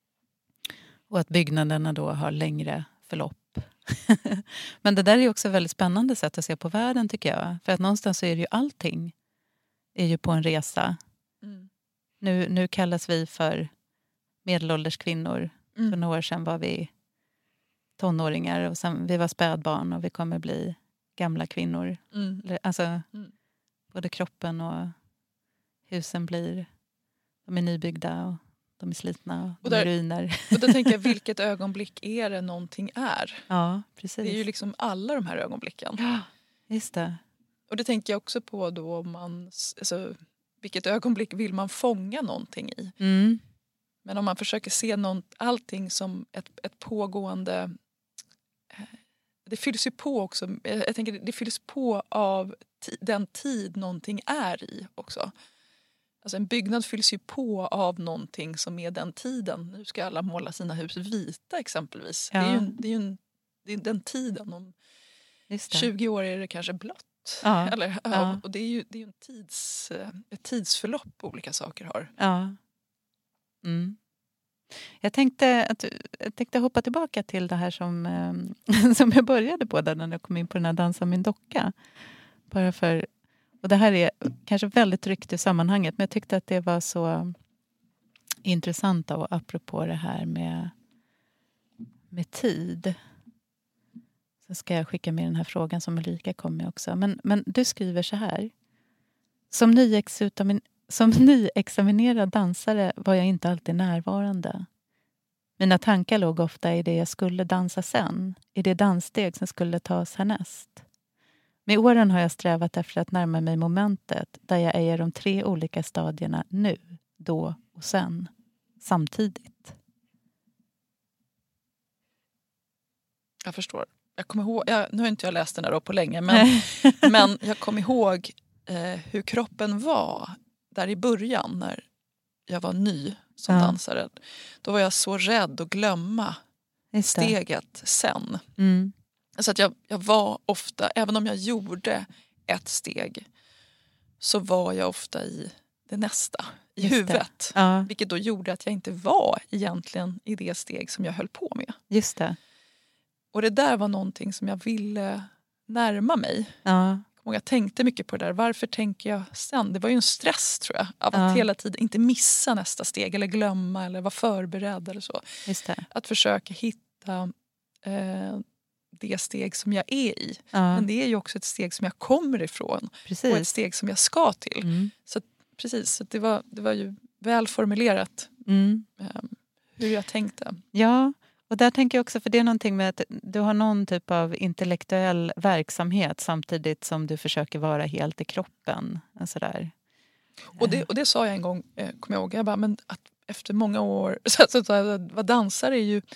Och att byggnaderna då har längre förlopp. Men det där är också ett väldigt spännande sätt att se på världen tycker jag. För att någonstans så är det ju allting är ju på en resa. Mm. Nu, nu kallas vi för medelålders kvinnor. Mm. För några år sedan var vi tonåringar. Och sen, vi var spädbarn och vi kommer bli gamla kvinnor. Mm. Alltså mm. både kroppen och husen blir, de är nybyggda och de är slitna och, och där, ruiner. Och då tänker jag, vilket ögonblick är det någonting är? Ja, precis. Det är ju liksom alla de här ögonblicken. Ja, just det. Och det tänker jag också på då om man... Alltså, vilket ögonblick vill man fånga någonting i? Mm. Men om man försöker se någon, allting som ett, ett pågående... Det fylls ju på också. Jag tänker det fylls på av t- den tid någonting är i också. Alltså en byggnad fylls ju på av någonting som är den tiden. Nu ska alla måla sina hus vita exempelvis. Ja. Det är ju, det är ju en, det är den tiden. Om tjugo år är det kanske blått. Ja. Eller, ja. Och det är ju, det är ju en tids, ett tidsförlopp olika saker har. Ja. Mm. Jag tänkte, att, jag tänkte hoppa tillbaka till det här som, som jag började på där när jag kom in på den här Dansa min docka. Bara för... Och det här är kanske väldigt ryckt i sammanhanget. Men jag tyckte att det var så intressant och apropå det här med, med tid. Så ska jag skicka med den här frågan som Ulrika kom med också. Men, men du skriver så här. Som, nyexamin, som nyexaminerad dansare var jag inte alltid närvarande. Mina tankar låg ofta i det jag skulle dansa sen. I det danssteg som skulle tas härnäst. Med åren har jag strävat efter att närma mig momentet där jag är i de tre olika stadierna nu, då och sen, samtidigt. Jag förstår. Jag kommer ihåg, jag, nu har inte jag läst den här då på länge, men, men jag kommer ihåg eh, hur kroppen var där i början när jag var ny som ja. dansare. Då var jag så rädd att glömma steget sen. Mm. Så att jag, jag var ofta, även om jag gjorde ett steg, så var jag ofta i det nästa, i Just huvudet. Ja. Vilket då gjorde att jag inte var egentligen i det steg som jag höll på med. Just det. Och det där var någonting som jag ville närma mig. Ja. Och jag tänkte mycket på det där. Varför tänker jag sen? Det var ju en stress tror jag. Av att Ja. hela tiden inte missa nästa steg. Eller glömma eller vara förberedd eller så. Just det. Att försöka hitta eh, det steg som jag är i. Ja. Men det är ju också ett steg som jag kommer ifrån. Precis. Och ett steg som jag ska till. Mm. Så att, precis, så att det, var, det var ju väl formulerat Mm. eh, hur jag tänkte. Ja, och där tänker jag också, för det är någonting med att du har någon typ av intellektuell verksamhet samtidigt som du försöker vara helt i kroppen. Alltså där. Och det, och det sa jag en gång, eh, kommer jag ihåg. Jag bara, men att efter många år, så, så, så, att vara dansare är ju,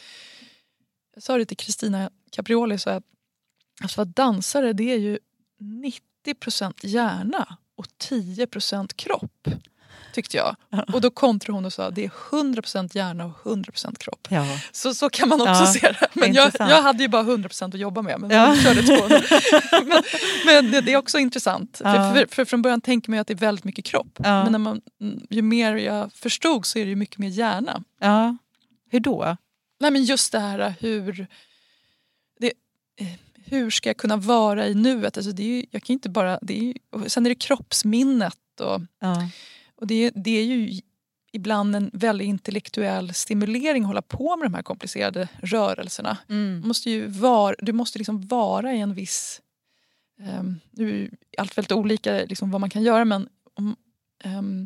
jag sa det till Kristina Caprioli, så att alltså vara dansare det är ju nittio procent hjärna och tio procent kropp, tyckte jag. Och då kontrade hon och sa det är hundra procent hjärna och hundra procent kropp. Ja. Så, så kan man också Ja, se det. Men jag, intressant. jag hade ju bara hundra procent att jobba med. Men, Ja. ja. körde två. men, men det, det är också intressant. Ja. För, för, för från början tänker man ju att det är väldigt mycket kropp. Ja. Men när man, ju mer jag förstod så är det ju mycket mer hjärna. Ja. Hur då? Nej, men just det här hur... Det, hur ska jag kunna vara i nuet? Alltså det är ju, jag kan inte bara... Det är ju, och sen är det kroppsminnet och... Ja. Och det, det är ju ibland en väldigt intellektuell stimulering att hålla på med de här komplicerade rörelserna. Mm. Du måste ju vara, du måste liksom vara i en viss... Um, nu är ju allt väldigt olika liksom, vad man kan göra, men, um, um,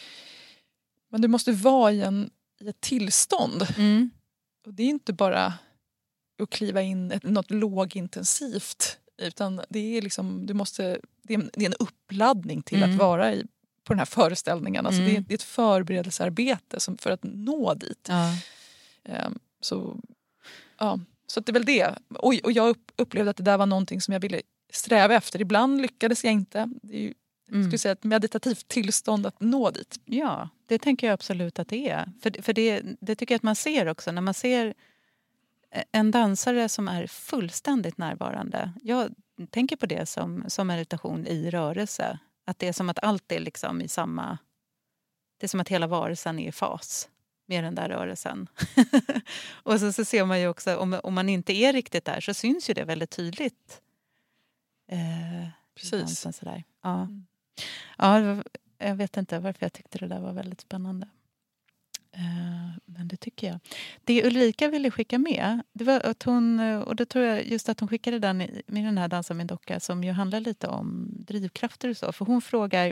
men du måste vara i, en, i ett tillstånd. Mm. Och det är inte bara att kliva in ett, något lågintensivt, utan det är liksom, du måste, det är, det är en uppladdning till Mm. att vara i på den här föreställningen. Alltså Mm. det, är, det är ett förberedelsearbete som, för att nå dit. Ja. Um, så, ja, så att det är väl det. Och, och jag upp, upplevde att det där var någonting som jag ville sträva efter. Ibland lyckades jag inte. Det är ju, jag skulle säga ett meditativt tillstånd att nå dit. Ja, det tänker jag absolut att det är. För, för det, det tycker jag att man ser också. När man ser en dansare som är fullständigt närvarande. Jag tänker på det som, som meditation i rörelse. Att det är som att allt är liksom i samma... Det är som att hela varelsen är i fas med den där rörelsen. Och så, så ser man ju också, om, om man inte är riktigt där så syns ju det väldigt tydligt. Eh, Precis. Sådär. Ja. Mm. Ja, det var, jag vet inte varför jag tyckte det där var väldigt spännande. Eh, men det tycker jag. Det Ulrika ville skicka med, det var att hon, och det tror jag just att hon skickade den i- med den här Dansa med en docka som ju handlar lite om drivkrafter och så. För hon frågar,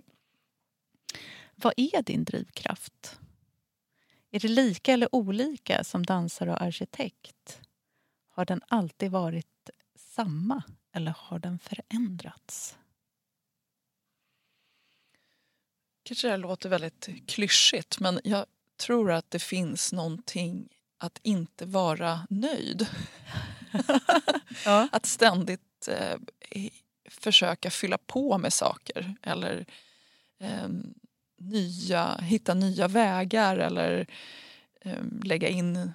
vad är din drivkraft? Är det lika eller olika som dansare och arkitekt? Har den alltid varit samma eller har den förändrats? Kanske det här låter väldigt klyschigt, men jag tror att det finns någonting att inte vara nöjd. Ja. Att ständigt eh, försöka fylla på med saker eller eh, nya, hitta nya vägar eller eh, lägga in...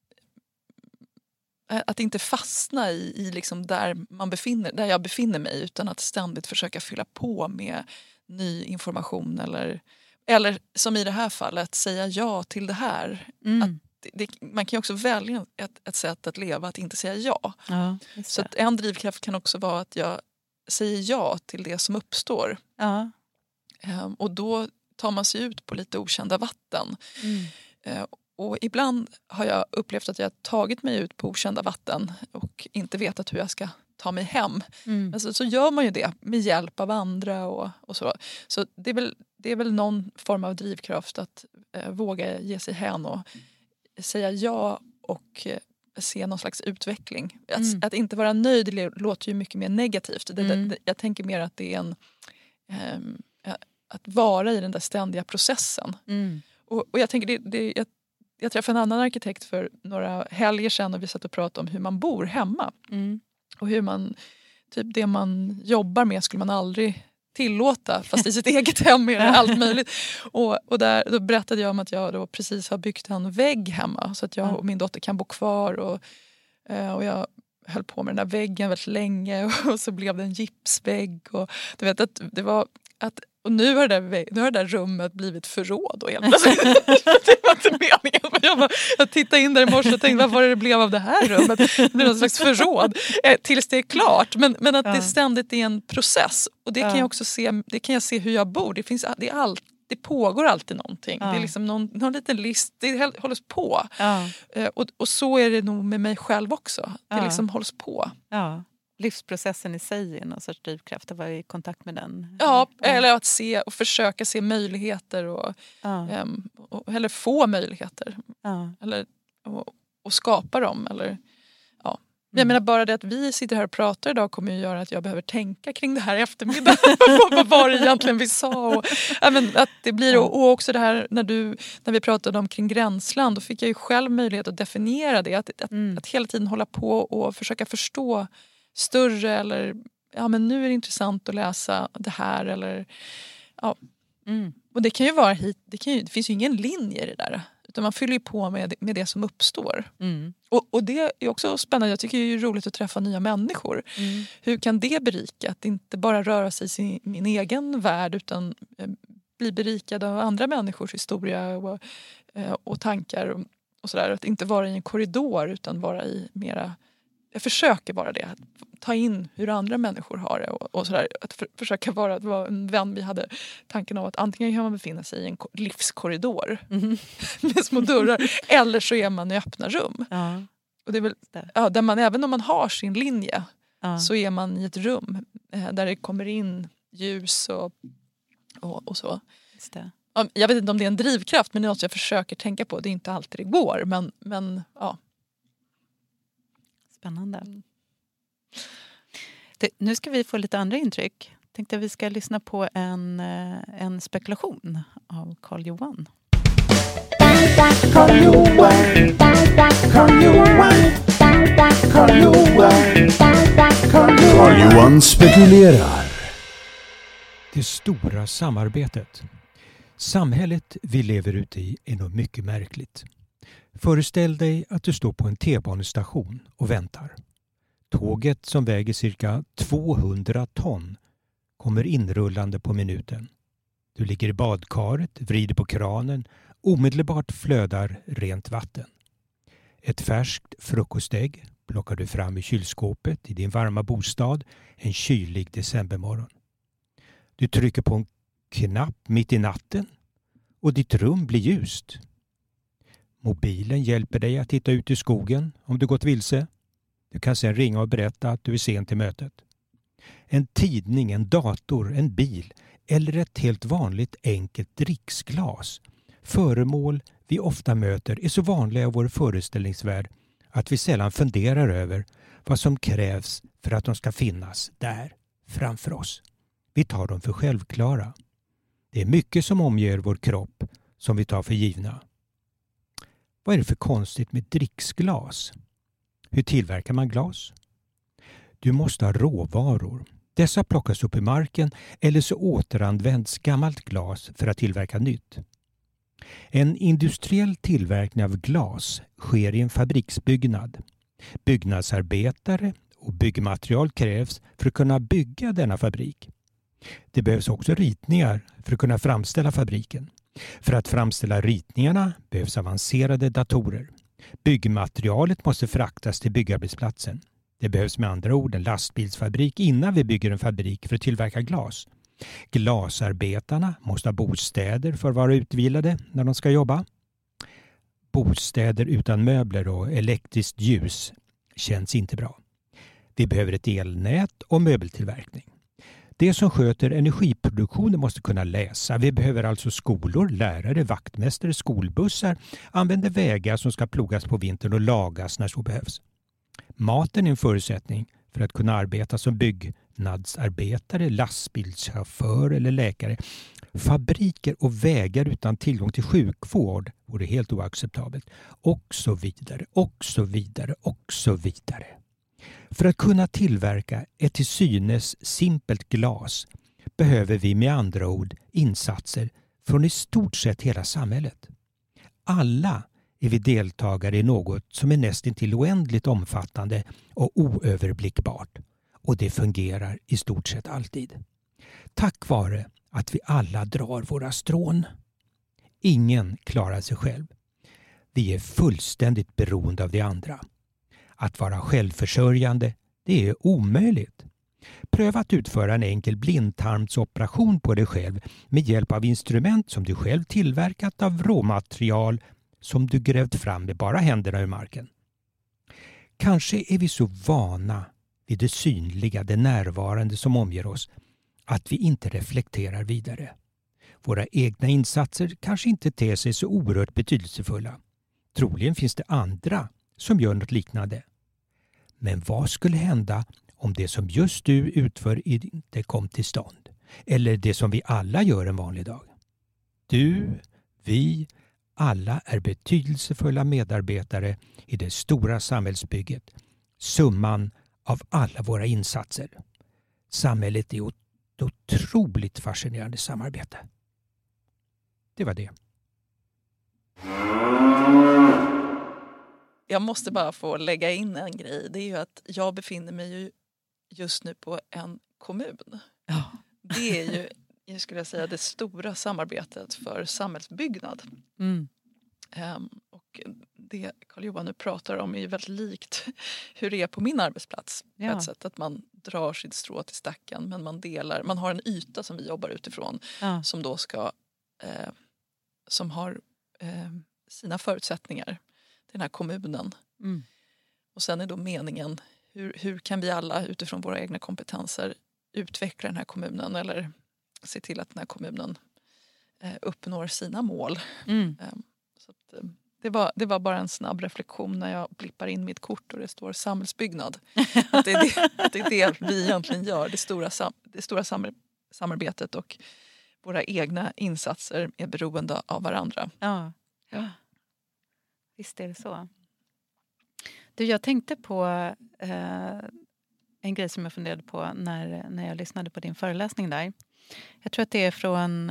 Att inte fastna i, i liksom där, man befinner, där jag befinner mig, utan att ständigt försöka fylla på med ny information eller, eller som i det här fallet säga ja till det här. Mm. Att det, det, man kan ju också välja ett, ett sätt att leva att inte säga ja. Ja, just Så det. att en drivkraft kan också vara att jag säger ja till det som uppstår. Ja. Ehm, och då tar man sig ut på lite okända vatten. Mm. Ehm, och ibland har jag upplevt att jag har tagit mig ut på okända vatten och inte vetat hur jag ska ta mig hem. Mm. Men så, så gör man ju det med hjälp av andra och, och så. Så det är, väl, det är väl någon form av drivkraft att eh, våga ge sig hän och säga ja och se någon slags utveckling. Att, Mm. att inte vara nöjd låter ju mycket mer negativt. Det, Mm. det, jag tänker mer att det är en um, att vara i den där ständiga processen. Mm. Och, och jag tänker det, det, jag, jag träffade en annan arkitekt för några helger sedan och vi satt och pratade om hur man bor hemma. Mm. Och hur man, typ det man jobbar med skulle man aldrig tillåta, fast i sitt eget hem är det allt möjligt. Och, och där, då berättade jag om att jag då precis har byggt en vägg hemma så att jag och min dotter kan bo kvar. Och, och jag höll på med den där väggen väldigt länge och så blev det en gipsvägg. Och, du vet, att det var, att, och nu har, det där, nu har det där rummet blivit förråd. Och helt plötsligt. Det var inte meningen. Men jag, bara, jag tittade in där i morse och tänkte, vad var det det blev av det här rummet? Det är någon slags förråd. Eh, tills det är klart. Men, men att ja. det ständigt är en process. Och det ja. kan jag också se, det kan jag se hur jag bor. Det, finns, det, är all, det pågår alltid någonting. Ja. Det är liksom någon, någon liten list. Det hålls på. Ja. Eh, och, och så är det nog med mig själv också. Det ja. liksom hålls på. Ja. Livsprocessen i sig är någon sorts drivkraft att vara i kontakt med den. Ja, eller att se och försöka se möjligheter och, ja. um, och eller få möjligheter. Ja. Eller och, och skapa dem. Eller, ja. mm. Jag menar bara det att vi sitter här och pratar idag kommer ju göra att jag behöver tänka kring det här i eftermiddag. Vad var det egentligen vi sa? Och, ja, men att det blir, och, och också det här när, du, när vi pratade om kring gränsland, då fick jag ju själv möjlighet att definiera det. Att, att, mm. att hela tiden hålla på och försöka förstå större eller ja men nu är det intressant att läsa det här eller ja mm. och det kan ju vara hit det, kan ju, det finns ju ingen linje i det där utan man fyller ju på med, med det som uppstår mm. och, och det är också spännande. Jag tycker det är roligt att träffa nya människor. Mm. Hur kan det berika att inte bara röra sig i sin, min egen värld utan eh, bli berikad av andra människors historia och, eh, och tankar och, och sådär. Att inte vara i en korridor utan vara i mera. Jag försöker vara det. Att ta in hur andra människor har det. Och, och sådär. Att för, försöka vara, att vara en vän. Vi hade tanken av att antingen kan man befinna sig i en livskorridor. Mm. Med små dörrar. Eller så är man i öppna rum. Ja. Och det är väl, ja, där man, även om man har sin linje. Ja. Så är man i ett rum. Eh, där det kommer in ljus och, och, och så. Just det. Jag vet inte om det är en drivkraft. Men det är något jag försöker tänka på. Det är inte alltid det går. Men, men ja. Spännande. Det, nu ska vi få lite andra intryck. Tänkte att vi ska lyssna på en, en spekulation av Carl Johan. Carl Johan. Carl Johan. Carl Johan. Carl Johan spekulerar. Det stora samarbetet. Samhället vi lever ute i är nog mycket märkligt. Föreställ dig att du står på en T-banestation och väntar. Tåget som väger cirka tvåhundra ton kommer inrullande på minuten. Du ligger i badkaret, vrider på kranen, omedelbart flödar rent vatten. Ett färskt frukostägg plockar du fram i kylskåpet i din varma bostad en kylig decembermorgon. Du trycker på en knapp mitt i natten och ditt rum blir ljust. Mobilen hjälper dig att hitta ut i skogen om du gått vilse. Du kan sedan ringa och berätta att du är sen till mötet. En tidning, en dator, en bil eller ett helt vanligt enkelt dricksglas. Föremål vi ofta möter är så vanliga i vår föreställningsvärld att vi sällan funderar över vad som krävs för att de ska finnas där framför oss. Vi tar dem för självklara. Det är mycket som omger vår kropp som vi tar för givna. Vad är det för konstigt med dricksglas? Hur tillverkar man glas? Du måste ha råvaror. Dessa plockas upp i marken eller så återanvänds gammalt glas för att tillverka nytt. En industriell tillverkning av glas sker i en fabriksbyggnad. Byggnadsarbetare och byggmaterial krävs för att kunna bygga denna fabrik. Det behövs också ritningar för att kunna framställa fabriken. För att framställa ritningarna behövs avancerade datorer. Byggmaterialet måste fraktas till byggarbetsplatsen. Det behövs med andra ord en lastbilsfabrik innan vi bygger en fabrik för att tillverka glas. Glasarbetarna måste ha bostäder för att vara utvilade när de ska jobba. Bostäder utan möbler och elektriskt ljus känns inte bra. Vi behöver ett elnät och möbeltillverkning. Det som sköter energiproduktionen måste kunna läsa. Vi behöver alltså skolor, lärare, vaktmästare, skolbussar, använder vägar som ska plogas på vintern och lagas när så behövs. Maten är en förutsättning för att kunna arbeta som byggnadsarbetare, lastbilschaufför eller läkare. Fabriker och vägar utan tillgång till sjukvård vore helt oacceptabelt. Och så vidare, och så vidare, och så vidare. För att kunna tillverka ett till synes simpelt glas behöver vi med andra ord insatser från i stort sett hela samhället. Alla är vi deltagare i något som är nästintill oändligt omfattande och oöverblickbart. Och det fungerar i stort sett alltid. Tack vare att vi alla drar våra strån. Ingen klarar sig själv. Vi är fullständigt beroende av de andra. Att vara självförsörjande, det är omöjligt. Pröva att utföra en enkel blindtarmsoperation på dig själv med hjälp av instrument som du själv tillverkat av råmaterial som du grävt fram med bara händerna ur marken. Kanske är vi så vana vid det synliga, det närvarande som omger oss att vi inte reflekterar vidare. Våra egna insatser kanske inte ter sig så oerhört betydelsefulla. Troligen finns det andra som gör något liknande. Men vad skulle hända om det som just du utför inte kom till stånd? Eller det som vi alla gör en vanlig dag? Du, vi, alla är betydelsefulla medarbetare i det stora samhällsbygget. Summan av alla våra insatser. Samhället är ett otroligt fascinerande samarbete. Det var det. Jag måste bara få lägga in en grej. Det är ju att jag befinner mig ju just nu på en kommun. Ja. Det är ju, jag skulle säga, det stora samarbetet för samhällsbyggnad. Mm. Um, och det Carl-Johan nu pratar om är ju väldigt likt hur det är på min arbetsplats. Ja. På ett sätt att man drar sitt strå till stacken, men man delar, man har en yta som vi jobbar utifrån Ja. som då ska eh, som har eh, sina förutsättningar, den här kommunen. Mm. Och sen är då meningen, hur, hur kan vi alla utifrån våra egna kompetenser utveckla den här kommunen eller se till att den här kommunen eh, uppnår sina mål. Mm. Eh, så att, eh, det, var, det var bara en snabb reflektion när jag blippar in mitt kort och det står samhällsbyggnad. att, det är det, att det är det vi egentligen gör, det stora, sam, det stora sam, samarbetet och våra egna insatser är beroende av varandra. Ja. Ja. Visst är det så. Du, jag tänkte på eh, en grej som jag funderade på när, när jag lyssnade på din föreläsning där. Jag tror att det är från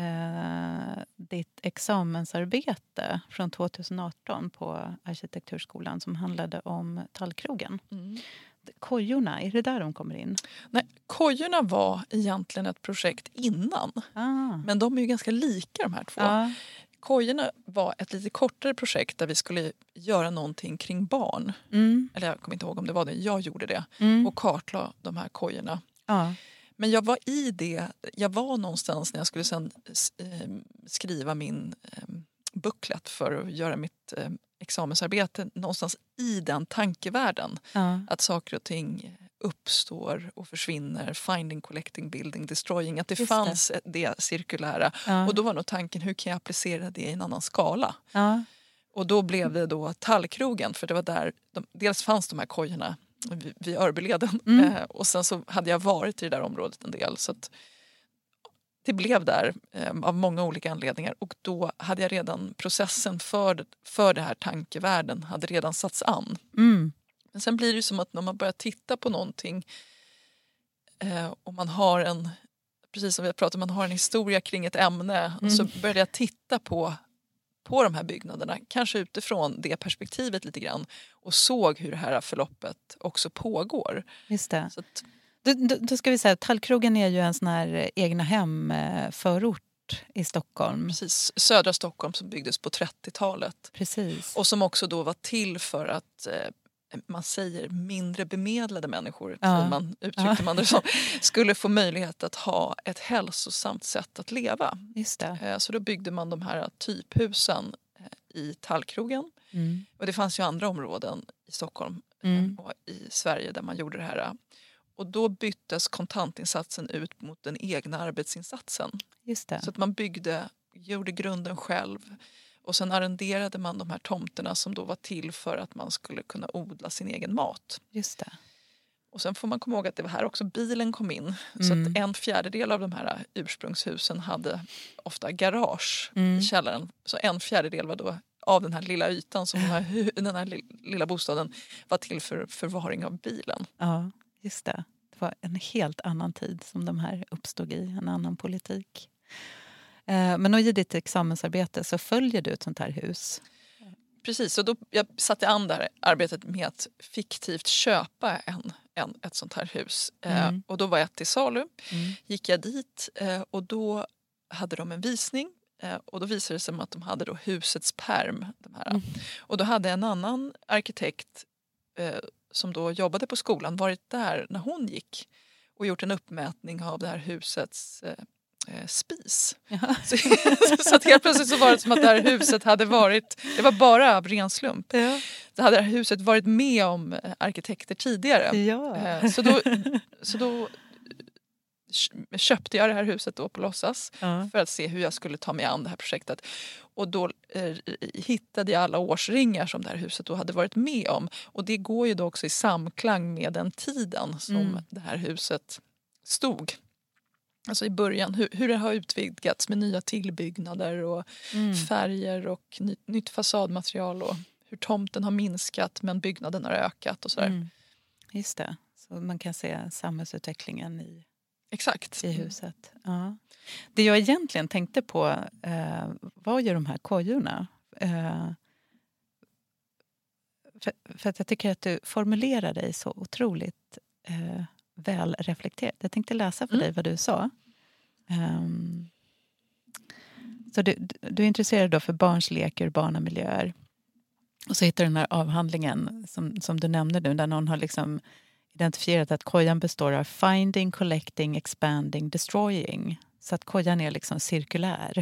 eh, ditt examensarbete från tjugoarton på arkitekturskolan som handlade om Tallkrogen. Mm. Kojorna, är det där de kommer in? Nej, kojorna var egentligen ett projekt innan. Ah. Men de är ju ganska lika de här två. Ja. Kojorna var ett lite kortare projekt där vi skulle göra någonting kring barn. Mm. Eller jag kommer inte ihåg om det var det. Jag gjorde det. Mm. Och kartlade de här kojorna. Ja. Men jag var i det. Jag var någonstans när jag skulle sen skriva min booklet för att göra mitt examensarbete. Någonstans i den tankevärlden. Ja. Att saker och ting uppstår och försvinner. Finding, collecting, building, destroying. Att det Just fanns det. det cirkulära. Ja. Och då var nog tanken, hur kan jag applicera det i en annan skala? Ja. Och då blev det då Tallkrogen. För det var där, de, dels fanns de här kojorna vid, vid Örbyleden. Mm. Eh, och sen så hade jag varit i det där området en del. Så att det blev där eh, av många olika anledningar. Och då hade jag redan processen för, för det här tankevärlden hade redan satts an. Mm. Men sen blir det som att när man börjar titta på någonting eh, och man har en, precis som vi har pratat om, man har en historia kring ett ämne mm. och så började jag titta på, på de här byggnaderna, kanske utifrån det perspektivet lite grann och såg hur det här förloppet också pågår. Just det. Så att, Då, då, då ska vi säga att Tallkrogen är ju en sån här egna hem-förort i Stockholm. precis, södra Stockholm som byggdes på trettiotalet. Precis. Och som också då var till för att eh, man säger mindre bemedlade människor, Ja. som man uttryckte Ja. man det som, skulle få möjlighet att ha ett hälsosamt sätt att leva. Just det. Eh, Så då byggde man de här typhusen eh, i Tallkrogen. Mm. Och det fanns ju andra områden i Stockholm Mm. eh, och i Sverige där man gjorde det här. Och då byttes kontantinsatsen ut mot den egna arbetsinsatsen. Just det. Så att man byggde, gjorde grunden själv. Och sen arrenderade man de här tomterna som då var till för att man skulle kunna odla sin egen mat. Just det. Och sen får man komma ihåg att det var här också bilen kom in. Mm. Så att en fjärdedel av de här ursprungshusen hade ofta garage mm. i källaren. Så en fjärdedel var då av den här lilla ytan som den här, den här lilla bostaden var till för förvaring av bilen. Ja, just det. Det var en helt annan tid som de här uppstod i, en annan politik. Men i ditt examensarbete så följer du ett sånt här hus. Precis, och då jag satte an det här arbetet med att fiktivt köpa en, en, ett sånt här hus. Mm. Eh, och då var jag till salu, mm. gick jag dit eh, och då hade de en visning. Eh, och då visade det sig att de hade då husets perm. De här. Mm. Och då hade en annan arkitekt eh, som då jobbade på skolan varit där när hon gick och gjort en uppmätning av det här husets eh, spis. Så, så att helt plötsligt så var det som att det här huset hade varit, det var bara av ren slump. Ja. Det hade det här huset varit med om arkitekter tidigare. Ja. Så då, så då köpte jag det här huset då på låtsas ja. För att se hur jag skulle ta mig an det här projektet. Och då eh, hittade jag alla årsringar som det här huset då hade varit med om. Och det går ju då också i samklang med den tiden som mm. det här huset stod. Alltså i början, hur, hur det har utvidgats med nya tillbyggnader och mm. färger och ny, nytt fasadmaterial och hur tomten har minskat men byggnaden har ökat och sådär. Mm. Just det, så man kan se samhällsutvecklingen i, Exakt. i huset. Ja. Det jag egentligen tänkte på eh, var ju de här kojorna. Eh, för, för att jag tycker att du formulerar dig så otroligt eh, väl reflekterat. Jag tänkte läsa för mm. dig vad du sa. Um, så du, du är intresserad då för barns lek, urbana miljöer. Och så hittar du den här avhandlingen som, som du nämnde nu, där någon har liksom identifierat att kojan består av finding, collecting, expanding, destroying. Så att kojan är liksom cirkulär.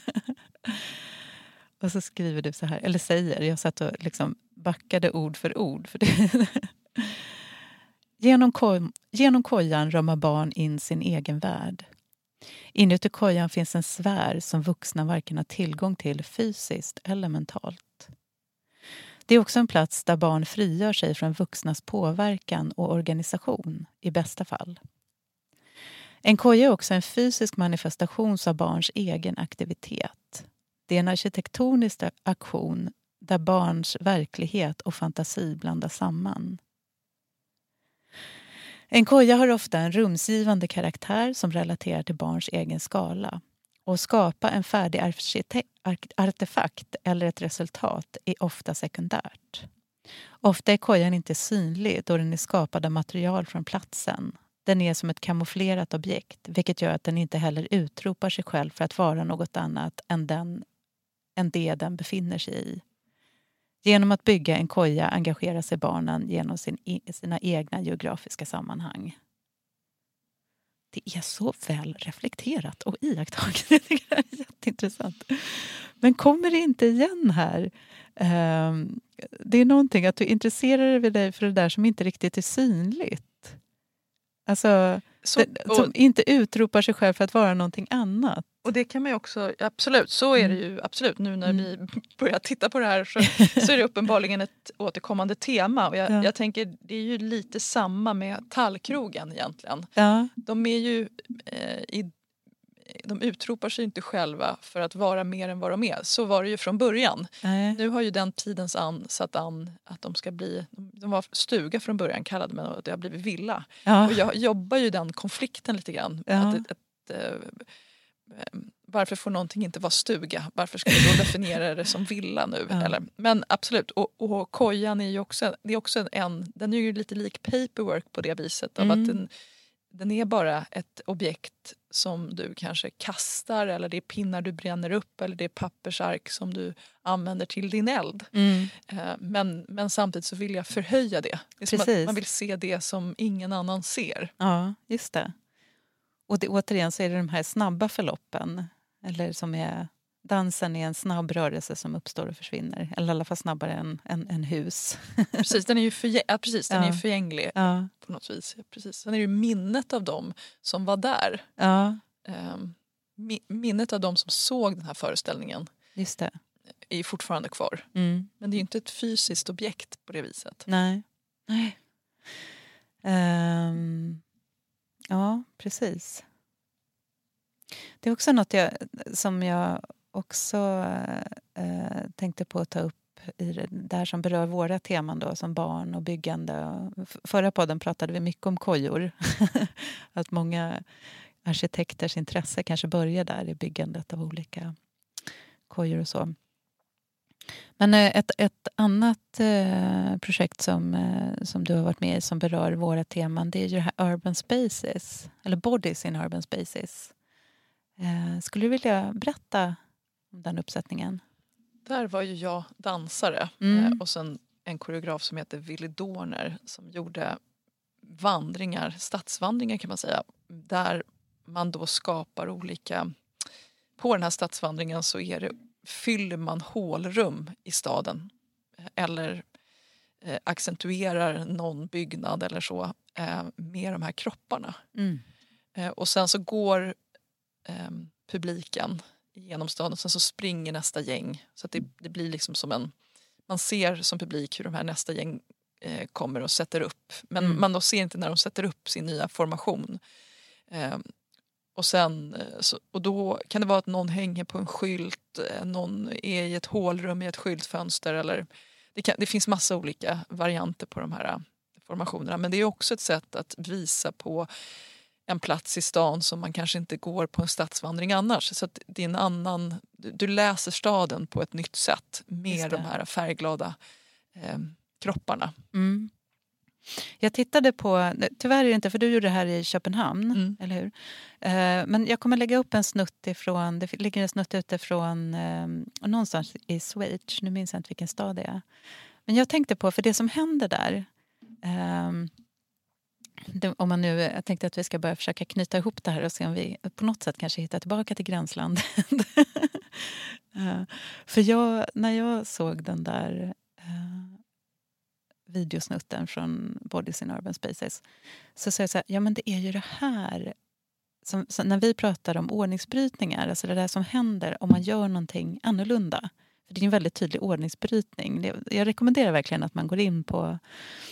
Och så skriver du så här, eller säger, jag satt och liksom backade ord för ord. För det Genom, ko- genom kojan römmer barn in sin egen värld. Inuti kojan finns en sfär som vuxna varken har tillgång till fysiskt eller mentalt. Det är också en plats där barn frigör sig från vuxnas påverkan och organisation, i bästa fall. En koja är också en fysisk manifestation av barns egen aktivitet. Det är en arkitektonisk aktion där barns verklighet och fantasi blandas samman. En koja har ofta en rumsgivande karaktär som relaterar till barns egen skala. Och skapa en färdig artefakt eller ett resultat är ofta sekundärt. Ofta är kojan inte synlig då den är skapad av material från platsen. Den är som ett kamouflerat objekt, vilket gör att den inte heller utropar sig själv för att vara något annat än, den, än det den befinner sig i. Genom att bygga en koja engagerar sig barnen genom sin, sina egna geografiska sammanhang. Det är så väl reflekterat och iakttaget. Jag tycker det är jätteintressant. Men kommer det inte igen här? Det är någonting att du intresserar dig för det där som inte riktigt är synligt. Alltså, så, det, som inte utropar sig själv för att vara någonting annat. Och det kan man ju också, absolut, så är det ju absolut. Nu när vi börjar titta på det här så, så är det uppenbarligen ett återkommande tema. Och jag, ja. jag tänker, det är ju lite samma med Tallkrogen egentligen. Ja. De är ju, eh, i, de utropar sig inte själva för att vara mer än vad de är. Så var det ju från början. Nej. Nu har ju den tidens an satt an att de ska bli, de var stuga från början kallade men att det har blivit villa. Ja. Och jag jobbar ju den konflikten lite grann. Ja. Att ett, ett, ett, varför får någonting inte vara stuga? Varför ska vi då definiera det som villa nu? Ja. Eller, men absolut, och, och kojan är ju också, det är också en, den är ju lite lik paperwork på det viset. Av mm. att den, den är bara ett objekt som du kanske kastar, eller det är pinnar du bränner upp, eller det är pappersark som du använder till din eld. Mm. Men, men samtidigt så vill jag förhöja det. Det är som att man vill se det som ingen annan ser. Ja, just det. Och det, återigen så är det de här snabba förloppen, eller som är dansen är en snabb rörelse som uppstår och försvinner. Eller i alla fall snabbare än, än, än hus. Precis, den är ju förgäng- ja, precis, den Ja. är ju förgänglig Ja, på något vis. Precis. Sen är det ju minnet av dem som var där. ja, Um, mi- minnet av dem som såg den här föreställningen just det. är ju fortfarande kvar. Mm. Men det är ju inte ett fysiskt objekt på det viset. Nej. Nej. Ehm, ja, precis. Det är också något jag, som jag också eh, tänkte på att ta upp i det där som berör våra teman då, som barn och byggande. F- Förra podden pratade vi mycket om kojor. Att många arkitekters intresse kanske börjar där i byggandet av olika kojor och så. Men eh, ett, ett annat eh, projekt som, eh, som du har varit med i som berör våra teman, det är ju det här Urban Spaces, eller Bodies in Urban Spaces. Eh, skulle du vilja berätta om den uppsättningen? Där var ju jag dansare Mm. eh, och sen en koreograf som heter Willy Dorner som gjorde vandringar, stadsvandringar kan man säga, där man då skapar olika, på den här stadsvandringen så är det, fyller man hålrum i staden eh, eller eh, accentuerar någon byggnad eller så eh, med de här kropparna. Mm. Eh, och sen så går eh, publiken genom staden och sen så springer nästa gäng. Så att det, det blir liksom som en... Man ser som publik hur de här nästa gäng eh, kommer och sätter upp. Men Mm. man då ser inte när de sätter upp sin nya formation. Eh, och, sen, eh, så, och då kan det vara att någon hänger på en skylt. Eh, någon är i ett hålrum i ett skyltfönster. Eller, det, kan, det finns massa olika varianter på de här eh, formationerna. Men det är också ett sätt att visa på en plats i stan som man kanske inte går på en stadsvandring annars. Så att det är en annan, du läser staden på ett nytt sätt med Just det. de här färgglada eh, kropparna. Mm. Jag tittade på, tyvärr är det inte, för du gjorde det här i Köpenhamn, Mm. eller hur? Eh, men jag kommer lägga upp en snutt ifrån, det ligger en snutt ute från eh, någonstans i Schweiz, nu minns jag inte vilken stad det är. Men jag tänkte på, för det som händer där, eh, det, om man nu, jag tänkte att vi ska börja försöka knyta ihop det här och se om vi på något sätt kanske hittar tillbaka till gränsland. eh, för jag, när jag såg den där eh, videosnutten från Bodies in Urban Spaces så sa jag så här, ja men det är ju det här som, som, när vi pratar om ordningsbrytningar, alltså det där som händer om man gör någonting annorlunda. För det är en väldigt tydlig ordningsbrytning. Det, jag rekommenderar verkligen att man går in på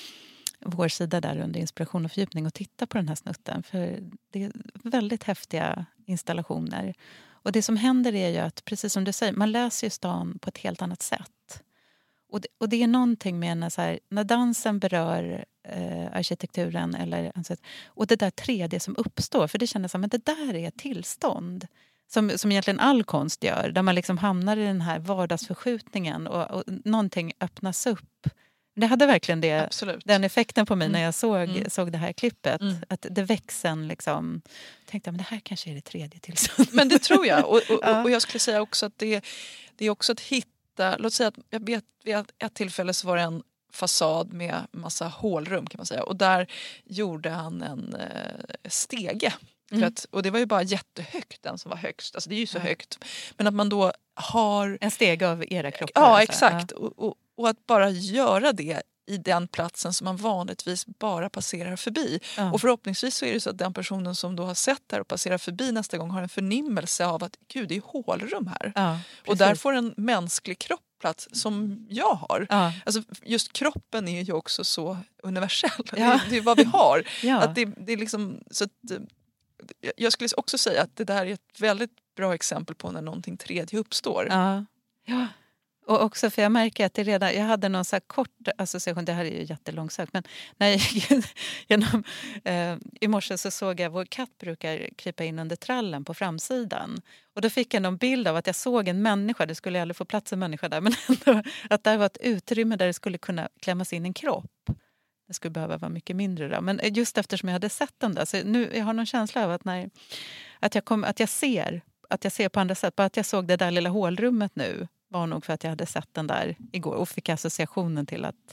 vår sida där under inspiration och fördjupning och tittar på den här snutten, för det är väldigt häftiga installationer. Och det som händer är ju att, precis som du säger, man läser ju stan på ett helt annat sätt. Och det, och det är någonting med när, så här, när dansen berör eh, arkitekturen eller, och det där tre D som uppstår, för det känns som att det där är ett tillstånd som, som egentligen all konst gör, där man liksom hamnar i den här vardagsförskjutningen och, och någonting öppnas upp. Det hade verkligen det, Absolut. den effekten på mig Mm. när jag såg, Mm. såg det här klippet. Mm. Att det växen liksom, tänkte jag, men det här kanske är det tredje tillståndet. Men det tror jag. Och, och, Ja. och jag skulle säga också att det, det är också att hitta, låt säga att jag vet vid ett tillfälle så var det en fasad med massa hålrum kan man säga. Och där gjorde han en eh, stege. För Mm. att, och det var ju bara jättehögt, den som var högst. Alltså det är ju så Ja. högt. Men att man då har... En steg av era kroppar. Ja, alltså. exakt. Och, och, och att bara göra det i den platsen som man vanligtvis bara passerar förbi. Ja. Och förhoppningsvis så är det så att den personen som då har sett det här och passerar förbi nästa gång har en förnimmelse av att gud, det är hålrum här. Ja, och där precis. får en mänsklig kropp plats som jag har. Ja. Alltså, just kroppen är ju också så universell. Ja. Det, det är vad vi har. Ja. Att det, det är liksom, så att, eh, jag skulle också säga att det där är ett väldigt bra exempel på när någonting tredje uppstår. Ja. Ja. Och också för jag märker att det redan, jag hade någon så här kort association, det här är ju jättelångsökt, men när jag gick genom, eh, i morse så såg jag, vår katt brukar krypa in under trallen på framsidan. Och då fick jag någon bild av att jag såg en människa, det skulle aldrig få plats en människa där, men ändå att det var ett utrymme där det skulle kunna klämmas in en kropp. Det skulle behöva vara mycket mindre då. Men just eftersom jag hade sett den där, så nu jag har någon känsla av att, när, att, jag, kom, att jag ser att jag ser på andra sätt, bara att jag såg det där lilla hålrummet nu var nog för att jag hade sett den där igår och fick associationen till att...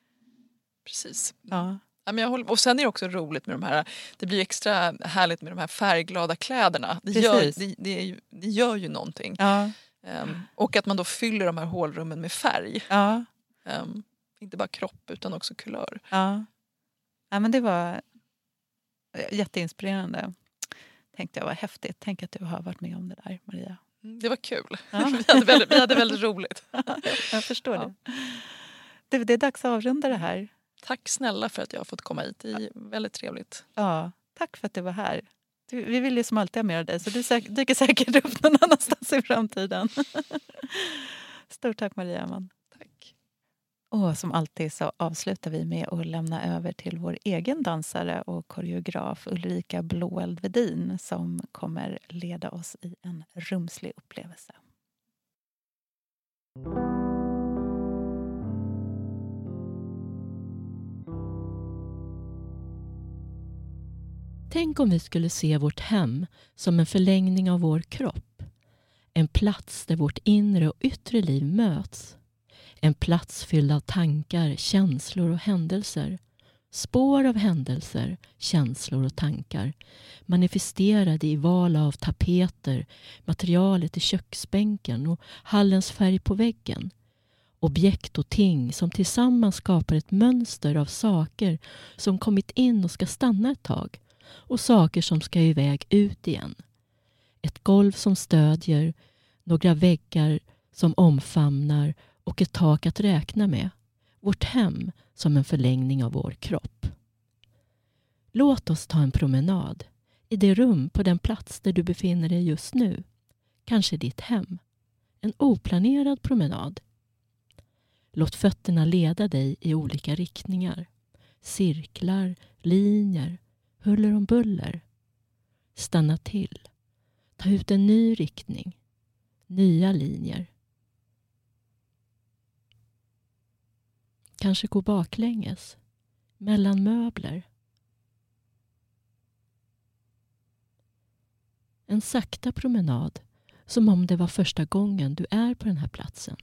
Precis. Ja. Ja, men jag håller, och sen är det också roligt med de här, det blir extra härligt med de här färgglada kläderna. Det, gör, Precis. det, det, är ju, det gör ju någonting. Ja. Um, och att man då fyller de här hålrummen med färg. Ja. Um, inte bara kropp utan också kulör. Ja. Ja, men det var jätteinspirerande. Tänkte jag var häftigt. Tänk att du har varit med om det där, Maria. Det var kul. Ja. vi, hade väldigt, vi hade väldigt roligt. Jag förstår Ja. det. det. Det är dags att avrunda det här. Tack snälla för att jag har fått komma hit. Det är väldigt trevligt. Ja, tack för att du var här. Du, vi vill ju som alltid ha mer av dig, så du säk- dyker säkert upp någon annanstans i framtiden. Stort tack, Maria Öhman. Tack. Och som alltid så avslutar vi med att lämna över till vår egen dansare och koreograf Ulrika Blåeld Vedin som kommer leda oss i en rumslig upplevelse. Tänk om vi skulle se vårt hem som en förlängning av vår kropp. En plats där vårt inre och yttre liv möts. En plats fylld av tankar, känslor och händelser. Spår av händelser, känslor och tankar. Manifesterade i val av tapeter, materialet i köksbänken och hallens färg på väggen. Objekt och ting som tillsammans skapar ett mönster av saker som kommit in och ska stanna ett tag. Och saker som ska iväg ut igen. Ett golv som stödjer, några väggar som omfamnar och ett tak att räkna med. Vårt hem som en förlängning av vår kropp. Låt oss ta en promenad i det rum på den plats där du befinner dig just nu. Kanske ditt hem. En oplanerad promenad. Låt fötterna leda dig i olika riktningar. Cirklar, linjer, huller om buller. Stanna till. Ta ut en ny riktning. Nya linjer. Kanske gå baklänges. Mellan möbler. En sakta promenad. Som om det var första gången du är på den här platsen.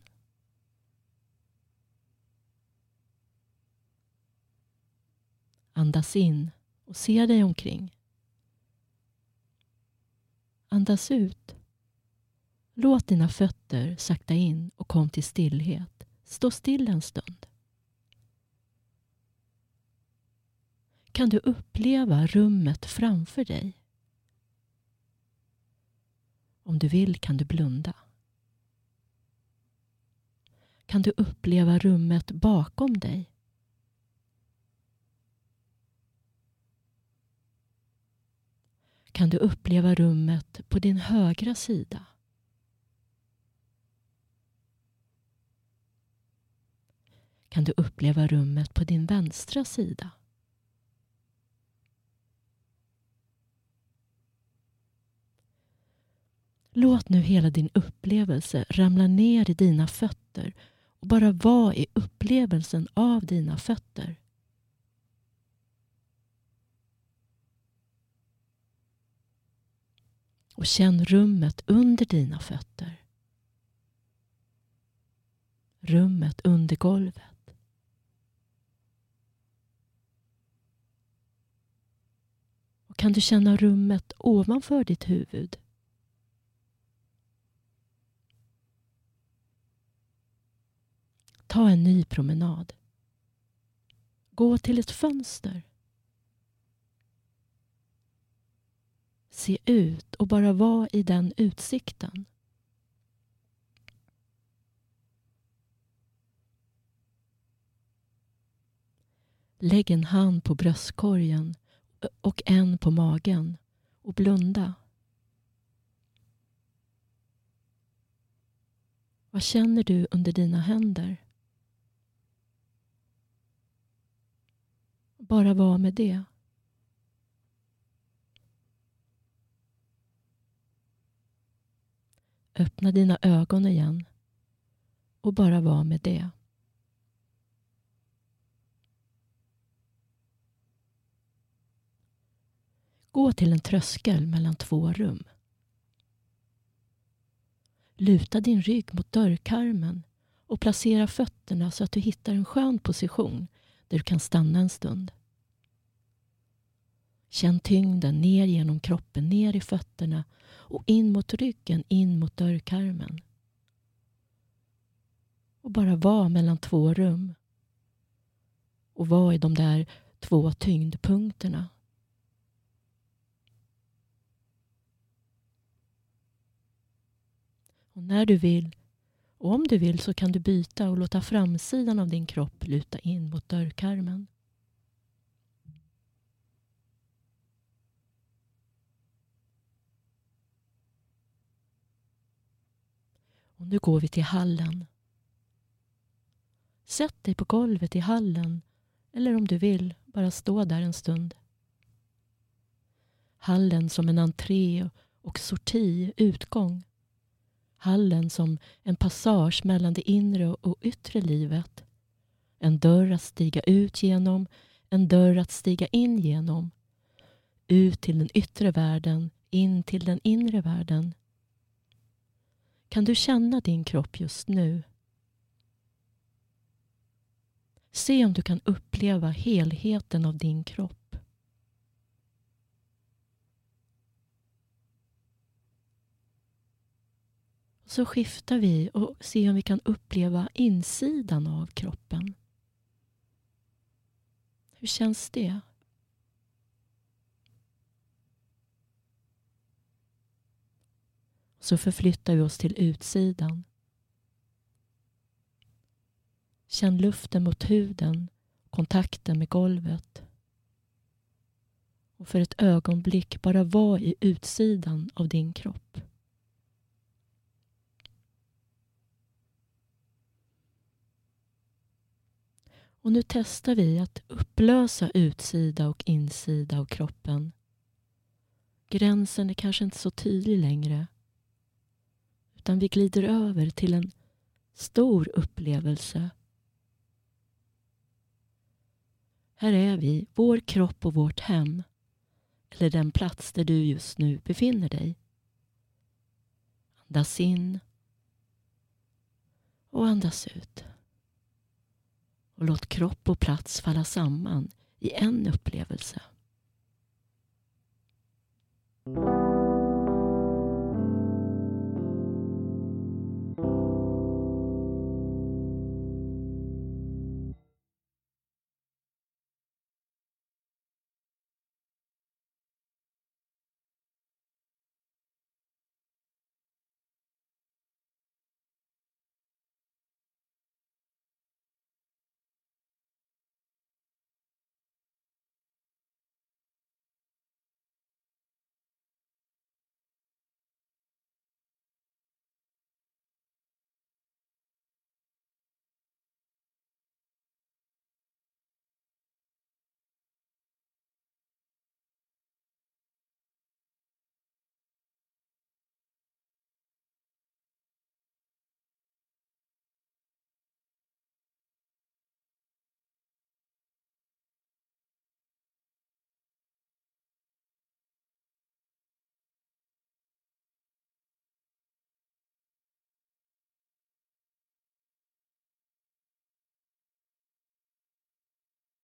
Andas in och se dig omkring. Andas ut. Låt dina fötter sakta in och kom till stillhet. Stå still en stund. Kan du uppleva rummet framför dig? Om du vill kan du blunda. Kan du uppleva rummet bakom dig? Kan du uppleva rummet på din högra sida? Kan du uppleva rummet på din vänstra sida? Låt nu hela din upplevelse ramla ner i dina fötter och bara vara i upplevelsen av dina fötter. Och känn rummet under dina fötter. Rummet under golvet. Och kan du känna rummet ovanför ditt huvud? Ta en ny promenad. Gå till ett fönster. Se ut och bara vara i den utsikten. Lägg en hand på bröstkorgen och en på magen och blunda. Vad känner du under dina händer? Bara vara med det. Öppna dina ögon igen och bara vara med det. Gå till en tröskel mellan två rum. Luta din rygg mot dörrkarmen och placera fötterna så att du hittar en skön position där du kan stanna en stund. Känn tyngden ner genom kroppen, ner i fötterna och in mot ryggen, in mot dörrkarmen. Och bara vara mellan två rum. Och vara i de där två tyngdpunkterna. Och när du vill, och om du vill, så kan du byta och låta framsidan av din kropp luta in mot dörrkarmen. Och nu går vi till hallen. Sätt dig på golvet i hallen, eller om du vill, bara stå där en stund. Hallen som en entré och sorti, utgång. Hallen som en passage mellan det inre och yttre livet. En dörr att stiga ut genom, en dörr att stiga in genom. Ut till den yttre världen, in till den inre världen. Kan du känna din kropp just nu? Se om du kan uppleva helheten av din kropp. Så skiftar vi och ser om vi kan uppleva insidan av kroppen. Hur känns det? Så förflyttar vi oss till utsidan. Känn luften mot huden, kontakten med golvet. Och för ett ögonblick bara vara i utsidan av din kropp. Och nu testar vi att upplösa utsida och insida av kroppen. Gränsen är kanske inte så tydlig längre. Utan vi glider över till en stor upplevelse. Här är vi, vår kropp och vårt hem. Eller den plats där du just nu befinner dig. Andas in. Och andas ut. Och låt kropp och plats falla samman i en upplevelse.